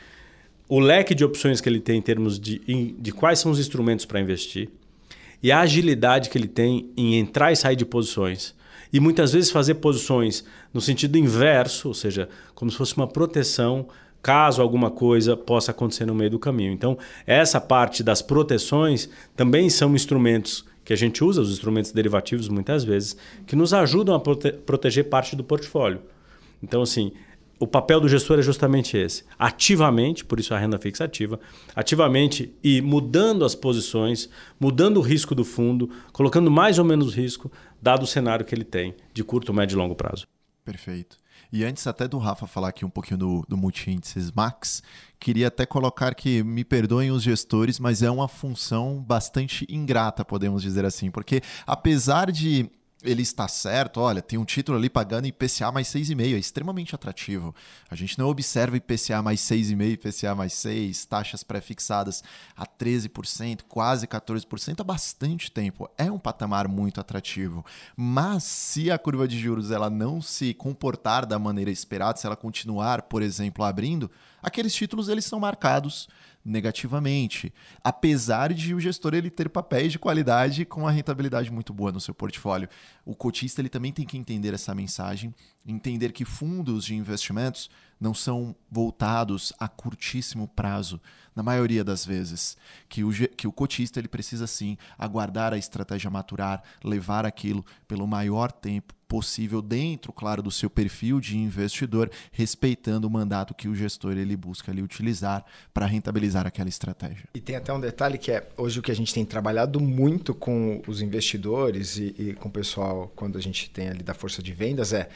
O leque de opções que ele tem em termos de, de quais são os instrumentos para investir. E a agilidade que ele tem em entrar e sair de posições. E muitas vezes fazer posições no sentido inverso, ou seja, como se fosse uma proteção caso alguma coisa possa acontecer no meio do caminho. Então essa parte das proteções também são instrumentos que a gente usa, os instrumentos derivativos muitas vezes, que nos ajudam a prote- proteger parte do portfólio. Então, assim, o papel do gestor é justamente esse. Ativamente, por isso a renda fixa ativa, ativamente ir mudando as posições, mudando o risco do fundo, colocando mais ou menos risco, dado o cenário que ele tem de curto, médio e longo prazo. Perfeito. E antes até do Rafa falar aqui um pouquinho do, do multi-índices Max, queria até colocar que, me perdoem os gestores, mas é uma função bastante ingrata, podemos dizer assim, porque apesar de ele estar certo, olha, tem um título ali pagando I P C A mais seis vírgula cinco, é extremamente atrativo. A gente não observa I P C A mais seis vírgula cinco, I P C A mais seis, taxas pré-fixadas a treze por cento, quase quatorze por cento há bastante tempo. É um patamar muito atrativo. Mas se a curva de juros ela não se comportar da maneira esperada, se ela continuar, por exemplo, abrindo, aqueles títulos eles são marcados negativamente, apesar de o gestor ele ter papéis de qualidade com uma rentabilidade muito boa no seu portfólio. O cotista ele também tem que entender essa mensagem, entender que fundos de investimentos não são voltados a curtíssimo prazo, na maioria das vezes, que o, que o cotista ele precisa sim aguardar a estratégia maturar, levar aquilo pelo maior tempo possível dentro, claro, do seu perfil de investidor, respeitando o mandato que o gestor ele busca ali utilizar para rentabilizar aquela estratégia. E tem até um detalhe que é, hoje o que a gente tem trabalhado muito com os investidores e, e com o pessoal, quando a gente tem ali da força de vendas, é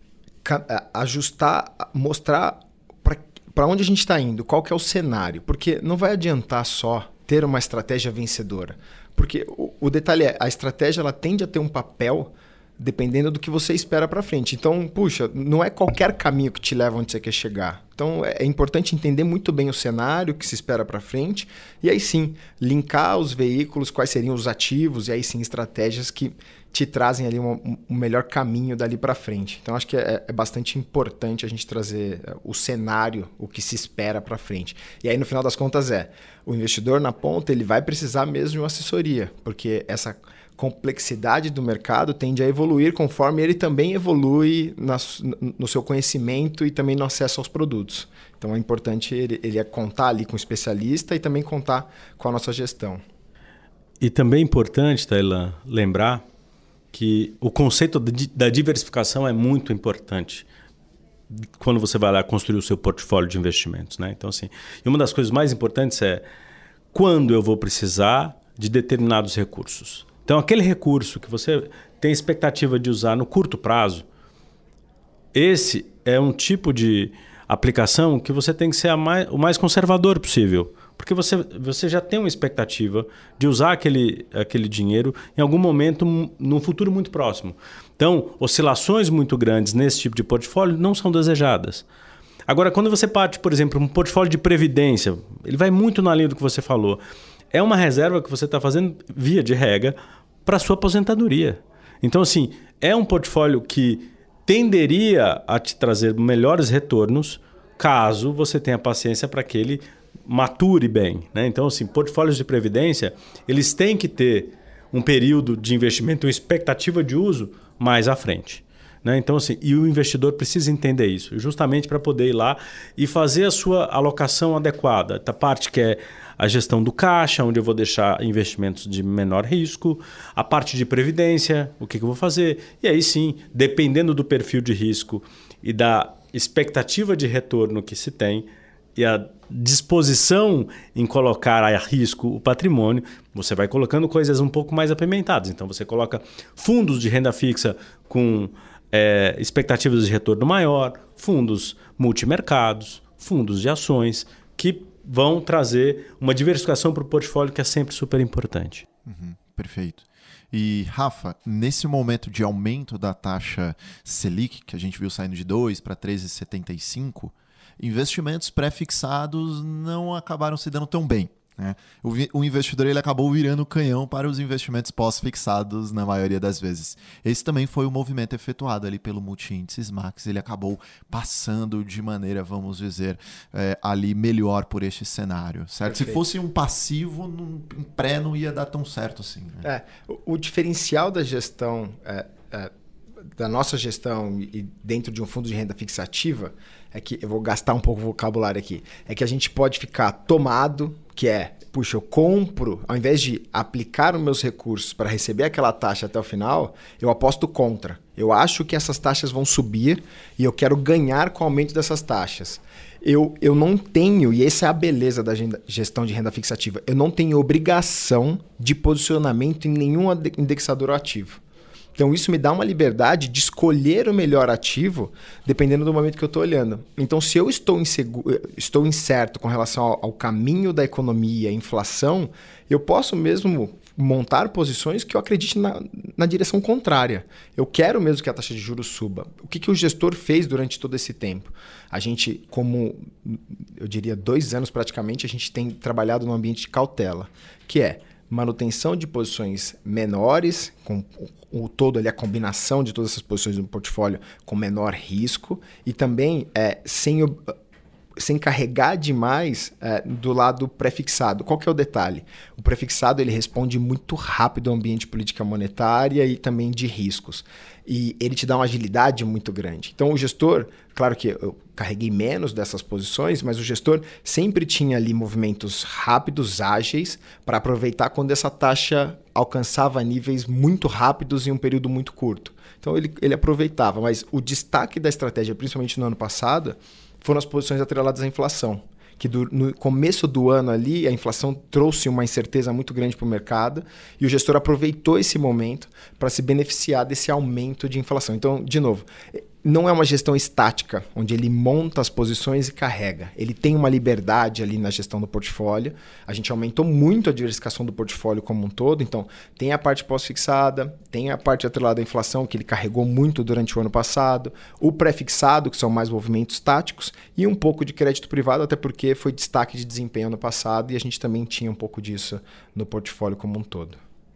ajustar, mostrar para onde a gente está indo, qual que é o cenário, porque não vai adiantar só ter uma estratégia vencedora, porque o, o detalhe é, a estratégia ela tende a ter um papel dependendo do que você espera para frente. Então, puxa, não é qualquer caminho que te leva onde você quer chegar. Então, é importante entender muito bem o cenário que se espera para frente e aí sim, linkar os veículos, quais seriam os ativos e aí sim, estratégias que te trazem ali um, um melhor caminho dali para frente. Então, acho que é, é bastante importante a gente trazer o cenário, o que se espera para frente. E aí, no final das contas, é o investidor na ponta, ele vai precisar mesmo de uma assessoria, porque essa complexidade do mercado tende a evoluir conforme ele também evolui na, no seu conhecimento e também no acesso aos produtos. Então é importante ele, ele é contar ali com o especialista e também contar com a nossa gestão. E também é importante, Tailan, lembrar que o conceito da diversificação é muito importante quando você vai lá construir o seu portfólio de investimentos, né? Então, assim, e uma das coisas mais importantes é quando eu vou precisar de determinados recursos. Então, aquele recurso que você tem expectativa de usar no curto prazo, esse é um tipo de aplicação que você tem que ser a mais, o mais conservador possível. Porque você, você já tem uma expectativa de usar aquele, aquele dinheiro em algum momento, num futuro muito próximo. Então, oscilações muito grandes nesse tipo de portfólio não são desejadas. Agora, quando você parte, por exemplo, um portfólio de previdência, ele vai muito na linha do que você falou. É uma reserva que você está fazendo, via de regra, para a sua aposentadoria. Então, assim, é um portfólio que tenderia a te trazer melhores retornos caso você tenha paciência para que ele mature bem, né? Então, assim, portfólios de previdência, eles têm que ter um período de investimento, uma expectativa de uso mais à frente. Né? Então, assim, e o investidor precisa entender isso, justamente para poder ir lá e fazer a sua alocação adequada. A parte que é a gestão do caixa, onde eu vou deixar investimentos de menor risco, a parte de previdência, o que, que eu vou fazer. E aí sim, dependendo do perfil de risco e da expectativa de retorno que se tem e a disposição em colocar a risco o patrimônio, você vai colocando coisas um pouco mais apimentadas. Então, você coloca fundos de renda fixa com É, expectativas de retorno maior, fundos multimercados, fundos de ações, que vão trazer uma diversificação para o portfólio que é sempre super importante. Uhum. perfeito. E, Rafa, nesse momento de aumento da taxa Selic, que a gente viu saindo de dois para treze vírgula setenta e cinco, investimentos pré-fixados não acabaram se dando tão bem. Né? O, vi- o investidor ele acabou virando canhão para os investimentos pós-fixados na maioria das vezes. Esse também foi o movimento efetuado ali pelo Multi-Índices Max. Ele acabou passando de maneira, vamos dizer, é, ali melhor por este cenário. Certo? Se fosse um passivo, num, em pré não ia dar tão certo assim. Né? É, o, o diferencial da gestão, é, é, da nossa gestão e dentro de um fundo de renda fixativa, é que, eu vou gastar um pouco o vocabulário aqui, é que a gente pode ficar tomado, que é, puxa, eu compro, ao invés de aplicar os meus recursos para receber aquela taxa até o final, eu aposto contra. Eu acho que essas taxas vão subir e eu quero ganhar com o aumento dessas taxas. Eu, eu não tenho, e essa é a beleza da gestão de renda fixativa, eu não tenho obrigação de posicionamento em nenhum indexador ativo. Então, isso me dá uma liberdade de escolher o melhor ativo dependendo do momento que eu estou olhando. Então, se eu estou, inseguro, estou incerto com relação ao, ao caminho da economia, a inflação, eu posso mesmo montar posições que eu acredite na, na direção contrária. Eu quero mesmo que a taxa de juros suba. O que, que o gestor fez durante todo esse tempo? A gente, como eu diria dois anos praticamente, a gente tem trabalhado num ambiente de cautela, que é manutenção de posições menores, com o todo ali, a combinação de todas essas posições no portfólio com menor risco e também é, sem, sem carregar demais é, do lado prefixado. Qual que é o detalhe? O prefixado ele responde muito rápido ao ambiente de política monetária e também de riscos. E ele te dá uma agilidade muito grande. Então o gestor, claro que eu carreguei menos dessas posições, mas o gestor sempre tinha ali movimentos rápidos, ágeis, para aproveitar quando essa taxa alcançava níveis muito rápidos em um período muito curto. Então ele, ele aproveitava, mas o destaque da estratégia, principalmente no ano passado, foram as posições atreladas à inflação. Que do, no começo do ano ali, a inflação trouxe uma incerteza muito grande para o mercado e o gestor aproveitou esse momento para se beneficiar desse aumento de inflação. Então, de novo, não é uma gestão estática, onde ele monta as posições e carrega. Ele tem uma liberdade ali na gestão do portfólio. A gente aumentou muito a diversificação do portfólio como um todo. Então, tem a parte pós-fixada, tem a parte atrelada à inflação, que ele carregou muito durante o ano passado, o pré-fixado, que são mais movimentos táticos, e um pouco de crédito privado, até porque foi destaque de desempenho ano passado e a gente também tinha um pouco disso no portfólio como um todo.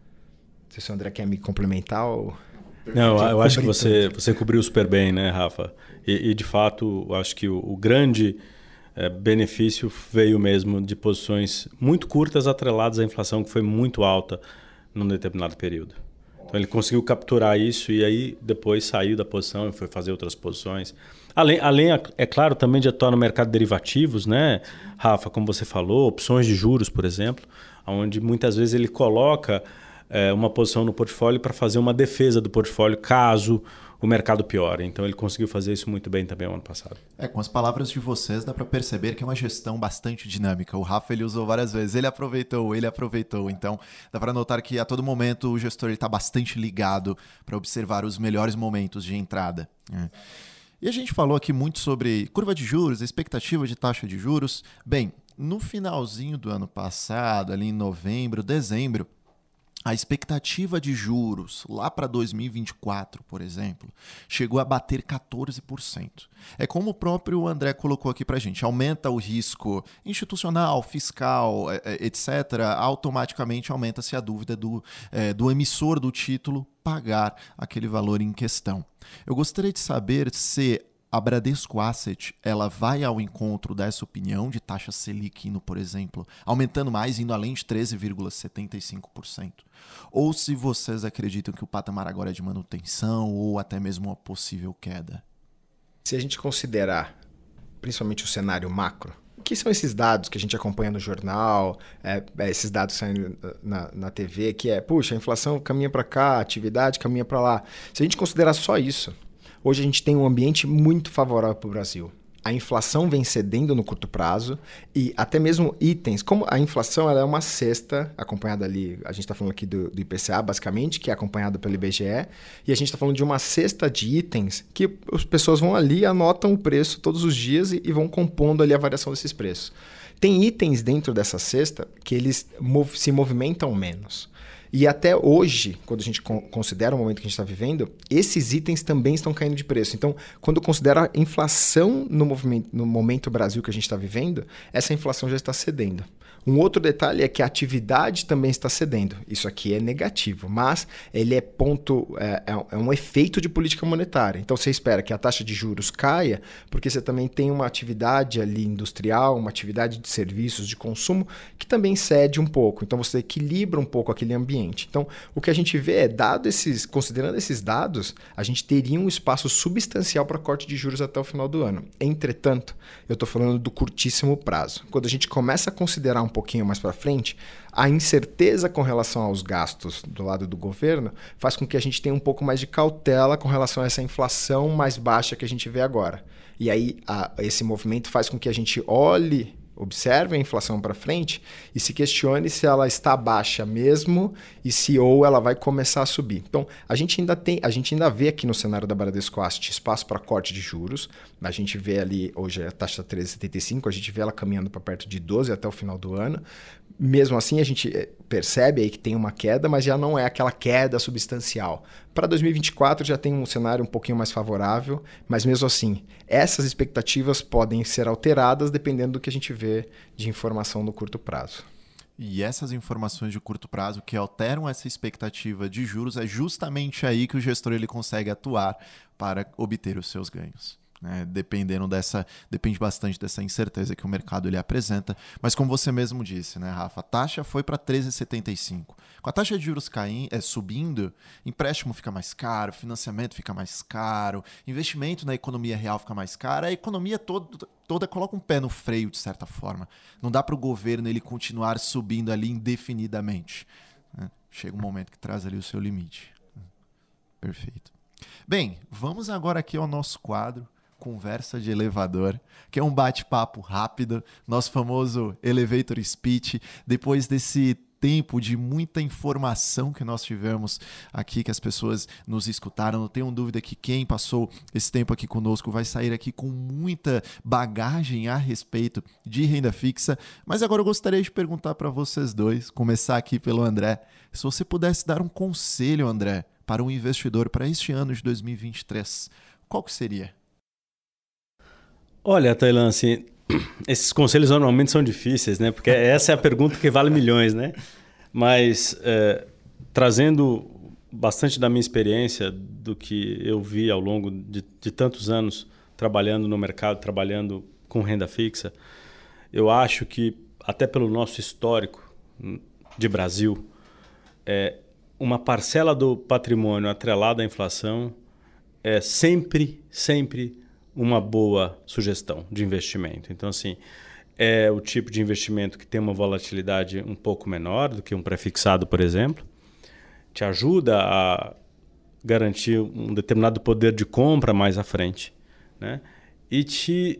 Não sei se o André quer me complementar ou... Não, eu acho que você, você cobriu super bem, né, Rafa? E, e de fato, eu acho que o, o grande é, benefício veio mesmo de posições muito curtas atreladas à inflação, que foi muito alta num determinado período. Então ele conseguiu capturar isso e aí depois saiu da posição e foi fazer outras posições. Além, além é claro, também de atuar no mercado de derivativos, né, Rafa, como você falou, opções de juros, por exemplo, onde muitas vezes ele coloca é, uma posição no portfólio para fazer uma defesa do portfólio caso o mercado piore. Então ele conseguiu fazer isso muito bem também no ano passado. É, com as palavras de vocês dá para perceber que é uma gestão bastante dinâmica. O Rafa ele usou várias vezes, ele aproveitou, ele aproveitou. Então dá para notar que a todo momento o gestor está bastante ligado para observar os melhores momentos de entrada. É. E a gente falou aqui muito sobre curva de juros, expectativa de taxa de juros. Bem, no finalzinho do ano passado, ali em novembro, dezembro, a expectativa de juros lá para dois mil e vinte e quatro, por exemplo, chegou a bater quatorze por cento. É como o próprio André colocou aqui para a gente, aumenta o risco institucional, fiscal, etcétera, automaticamente aumenta-se a dúvida do, é, do emissor do título pagar aquele valor em questão. Eu gostaria de saber se a Bradesco Asset ela vai ao encontro dessa opinião de taxa Selic indo, por exemplo, aumentando mais, indo além de treze vírgula setenta e cinco por cento. Ou se vocês acreditam que o patamar agora é de manutenção ou até mesmo uma possível queda. Se a gente considerar principalmente o cenário macro, o que são esses dados que a gente acompanha no jornal, é, é, esses dados saindo na, na T V, que é, puxa, a inflação caminha para cá, a atividade caminha para lá. Se a gente considerar só isso, hoje a gente tem um ambiente muito favorável para o Brasil. A inflação vem cedendo no curto prazo e até mesmo itens, como a inflação ela é uma cesta acompanhada ali, a gente está falando aqui do, do I P C A basicamente, que é acompanhada pelo I B G E, e a gente está falando de uma cesta de itens que as pessoas vão ali e anotam o preço todos os dias e, e vão compondo ali a variação desses preços. Tem itens dentro dessa cesta que eles mov- se movimentam menos. E até hoje, quando a gente considera o momento que a gente está vivendo, esses itens também estão caindo de preço. Então, quando considera a inflação no, movimento, no momento Brasil que a gente está vivendo, essa inflação já está cedendo. Um outro detalhe é que a atividade também está cedendo. Isso aqui é negativo, mas ele é ponto, é, é um efeito de política monetária. Então você espera que a taxa de juros caia, porque você também tem uma atividade ali industrial, uma atividade de serviços, de consumo, que também cede um pouco. Então você equilibra um pouco aquele ambiente. Então o que a gente vê é, dado esses, considerando esses dados, a gente teria um espaço substancial para corte de juros até o final do ano. Entretanto, eu estou falando do curtíssimo prazo. Quando a gente começa a considerar um pouquinho mais para frente, a incerteza com relação aos gastos do lado do governo faz com que a gente tenha um pouco mais de cautela com relação a essa inflação mais baixa que a gente vê agora. E aí a, esse movimento faz com que a gente olhe, observe a inflação para frente e se questione se ela está baixa mesmo e se ou ela vai começar a subir. Então, a gente ainda tem, a gente ainda vê aqui no cenário da Bradesco Asset espaço para corte de juros. A gente vê ali, hoje a taxa treze vírgula setenta e cinco, a gente vê ela caminhando para perto de doze até o final do ano. Mesmo assim, a gente percebe aí que tem uma queda, mas já não é aquela queda substancial. Para dois mil e vinte e quatro já tem um cenário um pouquinho mais favorável, mas mesmo assim, essas expectativas podem ser alteradas dependendo do que a gente vê de informação no curto prazo. E essas informações de curto prazo que alteram essa expectativa de juros, é justamente aí que o gestor ele consegue atuar para obter os seus ganhos. É, dependendo dessa, depende bastante dessa incerteza que o mercado ele apresenta, mas como você mesmo disse, né, Rafa, a taxa foi para treze vírgula setenta e cinco. Com a taxa de juros caindo, é, subindo, empréstimo fica mais caro, financiamento fica mais caro, investimento na economia real fica mais caro, a economia toda, toda coloca um pé no freio de certa forma. Não dá para o governo ele continuar subindo ali indefinidamente. Né? Chega um momento que traz ali o seu limite. Perfeito. Bem, vamos agora aqui ao nosso quadro Conversa de Elevador, que é um bate-papo rápido, nosso famoso elevator speech. Depois desse tempo de muita informação que nós tivemos aqui, que as pessoas nos escutaram, não tenho dúvida que quem passou esse tempo aqui conosco vai sair aqui com muita bagagem a respeito de renda fixa. Mas agora eu gostaria de perguntar para vocês dois, começar aqui pelo André, se você pudesse dar um conselho, André, para um investidor para este ano de dois mil e vinte e três, qual que seria? Olha, Tailan, assim, esses conselhos normalmente são difíceis, né? Porque essa é a pergunta que vale milhões, né? Mas é, trazendo bastante da minha experiência, do que eu vi ao longo de, de tantos anos trabalhando no mercado, trabalhando com renda fixa, eu acho que, até pelo nosso histórico de Brasil, é, uma parcela do patrimônio atrelada à inflação é sempre, sempre uma boa sugestão de investimento. Então, assim, é o tipo de investimento que tem uma volatilidade um pouco menor do que um prefixado, por exemplo. Te ajuda a garantir um determinado poder de compra mais à frente, né? E te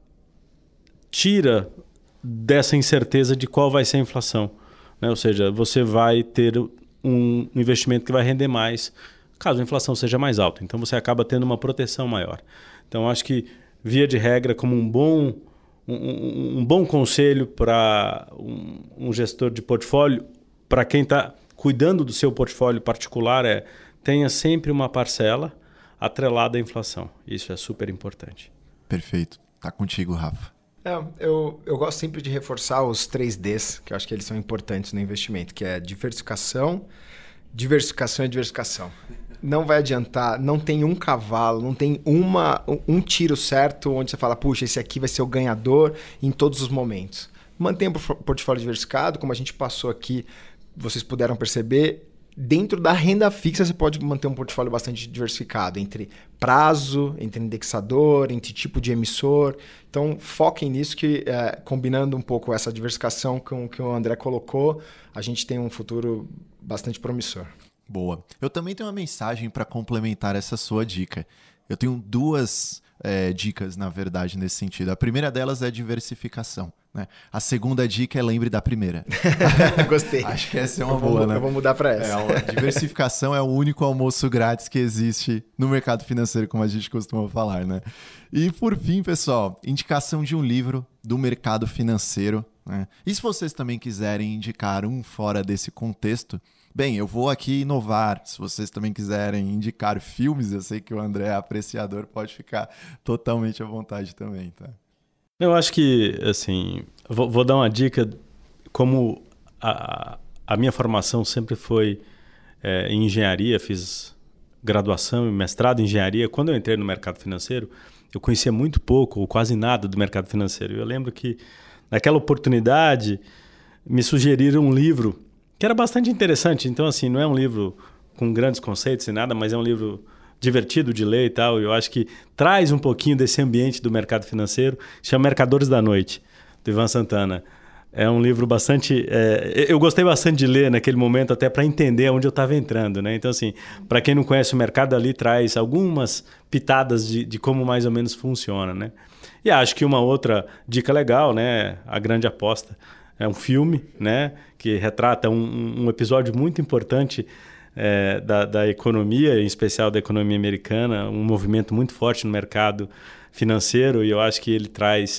tira dessa incerteza de qual vai ser a inflação, né? Ou seja, você vai ter um investimento que vai render mais caso a inflação seja mais alta. Então, você acaba tendo uma proteção maior. Então, acho que, via de regra, como um bom, um, um bom conselho para um, um gestor de portfólio, para quem está cuidando do seu portfólio particular, é tenha sempre uma parcela atrelada à inflação. Isso é super importante. Perfeito. Tá contigo, Rafa. É, eu, eu gosto sempre de reforçar os três Ds, que eu acho que eles são importantes no investimento, que é diversificação, diversificação e diversificação. Não vai adiantar, não tem um cavalo, não tem uma, um tiro certo onde você fala, puxa, esse aqui vai ser o ganhador em todos os momentos. Mantenha o portfólio diversificado, como a gente passou aqui, vocês puderam perceber, dentro da renda fixa você pode manter um portfólio bastante diversificado, entre prazo, entre indexador, entre tipo de emissor. Então, foquem nisso que, é, combinando um pouco essa diversificação com o que o André colocou, a gente tem um futuro bastante promissor. Boa. Eu também tenho uma mensagem para complementar essa sua dica. Eu tenho duas é, dicas, na verdade, nesse sentido. A primeira delas é diversificação, né? A segunda dica é lembre da primeira. Gostei. Acho que essa é uma eu boa, vou, né? Eu vou mudar para essa. É, a diversificação é o único almoço grátis que existe no mercado financeiro, como a gente costuma falar, né? E por fim, pessoal, indicação de um livro do mercado financeiro né? E se vocês também quiserem indicar um fora desse contexto, bem, eu vou aqui inovar. Se vocês também quiserem indicar filmes, eu sei que o André é apreciador, pode ficar totalmente à vontade também, tá? Eu acho que, assim, vou, vou dar uma dica, como a, a minha formação sempre foi é, em engenharia, fiz graduação e mestrado em engenharia. Quando eu entrei no mercado financeiro, eu conhecia muito pouco ou quase nada do mercado financeiro. Eu lembro que, naquela oportunidade, me sugeriram um livro que era bastante interessante. Então, assim, não é um livro com grandes conceitos e nada, mas é um livro divertido de ler e tal. Eu acho que traz um pouquinho desse ambiente do mercado financeiro. Chama Mercadores da Noite, do Ivan Santana. É um livro bastante... É, eu gostei bastante de ler naquele momento, até para entender onde eu estava entrando, né? Então, assim, para quem não conhece o mercado, ali traz algumas pitadas de, de como mais ou menos funciona, né? E acho que uma outra dica legal, né? A Grande Aposta. É um filme, né? Que retrata um, um episódio muito importante é, da, da economia, em especial da economia americana, um movimento muito forte no mercado financeiro, e eu acho que ele traz...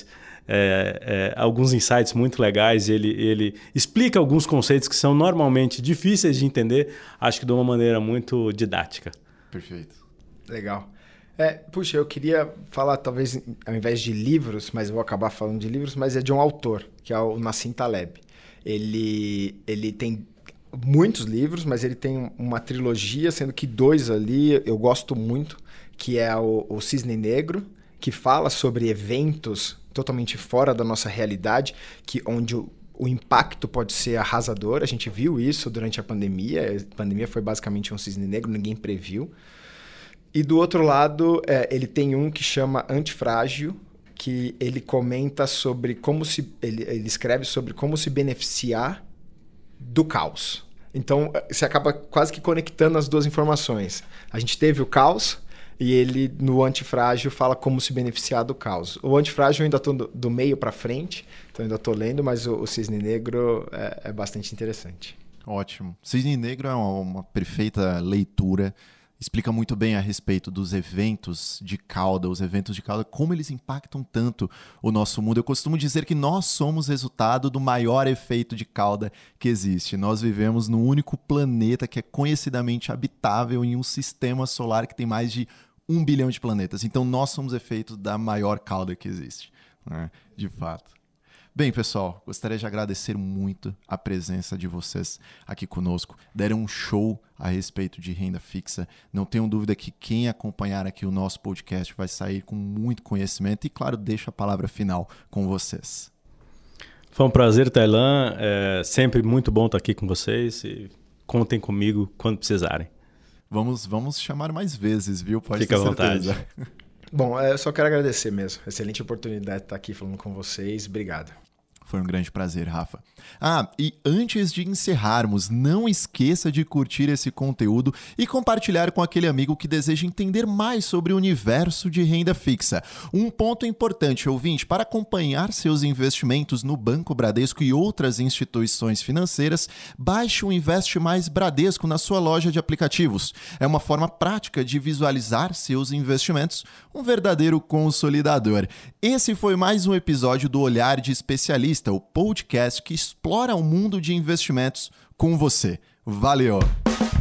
É, é, alguns insights muito legais, ele, ele explica alguns conceitos que são normalmente difíceis de entender, acho que de uma maneira muito didática. Perfeito. Legal. É, puxa, eu queria falar, talvez, ao invés de livros, mas eu vou acabar falando de livros, mas é de um autor, que é o Nassim Taleb. Ele, ele tem muitos livros, mas ele tem uma trilogia, sendo que dois ali eu gosto muito, que é o, o Cisne Negro, que fala sobre eventos totalmente fora da nossa realidade, que onde o, o impacto pode ser arrasador. A gente viu isso durante a pandemia. A pandemia foi basicamente um cisne negro, ninguém previu. E do outro lado, é, ele tem um que chama Antifrágil, que ele comenta sobre como se... Ele, ele escreve sobre como se beneficiar do caos. Então, você acaba quase que conectando as duas informações. A gente teve o caos... E ele, no Antifrágil, fala como se beneficiar do caos. O Antifrágil eu ainda estou do, do meio para frente, então ainda estou lendo, mas o, o Cisne Negro é, é bastante interessante. Ótimo. Cisne Negro é uma, uma perfeita leitura. Explica muito bem a respeito dos eventos de cauda, os eventos de cauda, como eles impactam tanto o nosso mundo. Eu costumo dizer que nós somos resultado do maior efeito de cauda que existe. Nós vivemos no único planeta que é conhecidamente habitável em um sistema solar que tem mais de um bilhão de planetas. Então, nós somos efeito da maior cauda que existe, né? De fato. Bem, pessoal, gostaria de agradecer muito a presença de vocês aqui conosco. Deram um show a respeito de renda fixa. Não tenho dúvida que quem acompanhar aqui o nosso podcast vai sair com muito conhecimento e, claro, deixo a palavra final com vocês. Foi um prazer, Tailan. É sempre muito bom estar aqui com vocês e contem comigo quando precisarem. Vamos, vamos chamar mais vezes, viu? Pode Fica ter à vontade. certeza. Bom, eu só quero agradecer mesmo. Excelente oportunidade de estar aqui falando com vocês. Obrigado. Foi um grande prazer, Rafa. Ah, e antes de encerrarmos, não esqueça de curtir esse conteúdo e compartilhar com aquele amigo que deseja entender mais sobre o universo de renda fixa. Um ponto importante, ouvinte, para acompanhar seus investimentos no Banco Bradesco e outras instituições financeiras, baixe o Investe Mais Bradesco na sua loja de aplicativos. É uma forma prática de visualizar seus investimentos, um verdadeiro consolidador. Esse foi mais um episódio do Olhar de Especialista, o podcast que explora o mundo de investimentos com você. Valeu!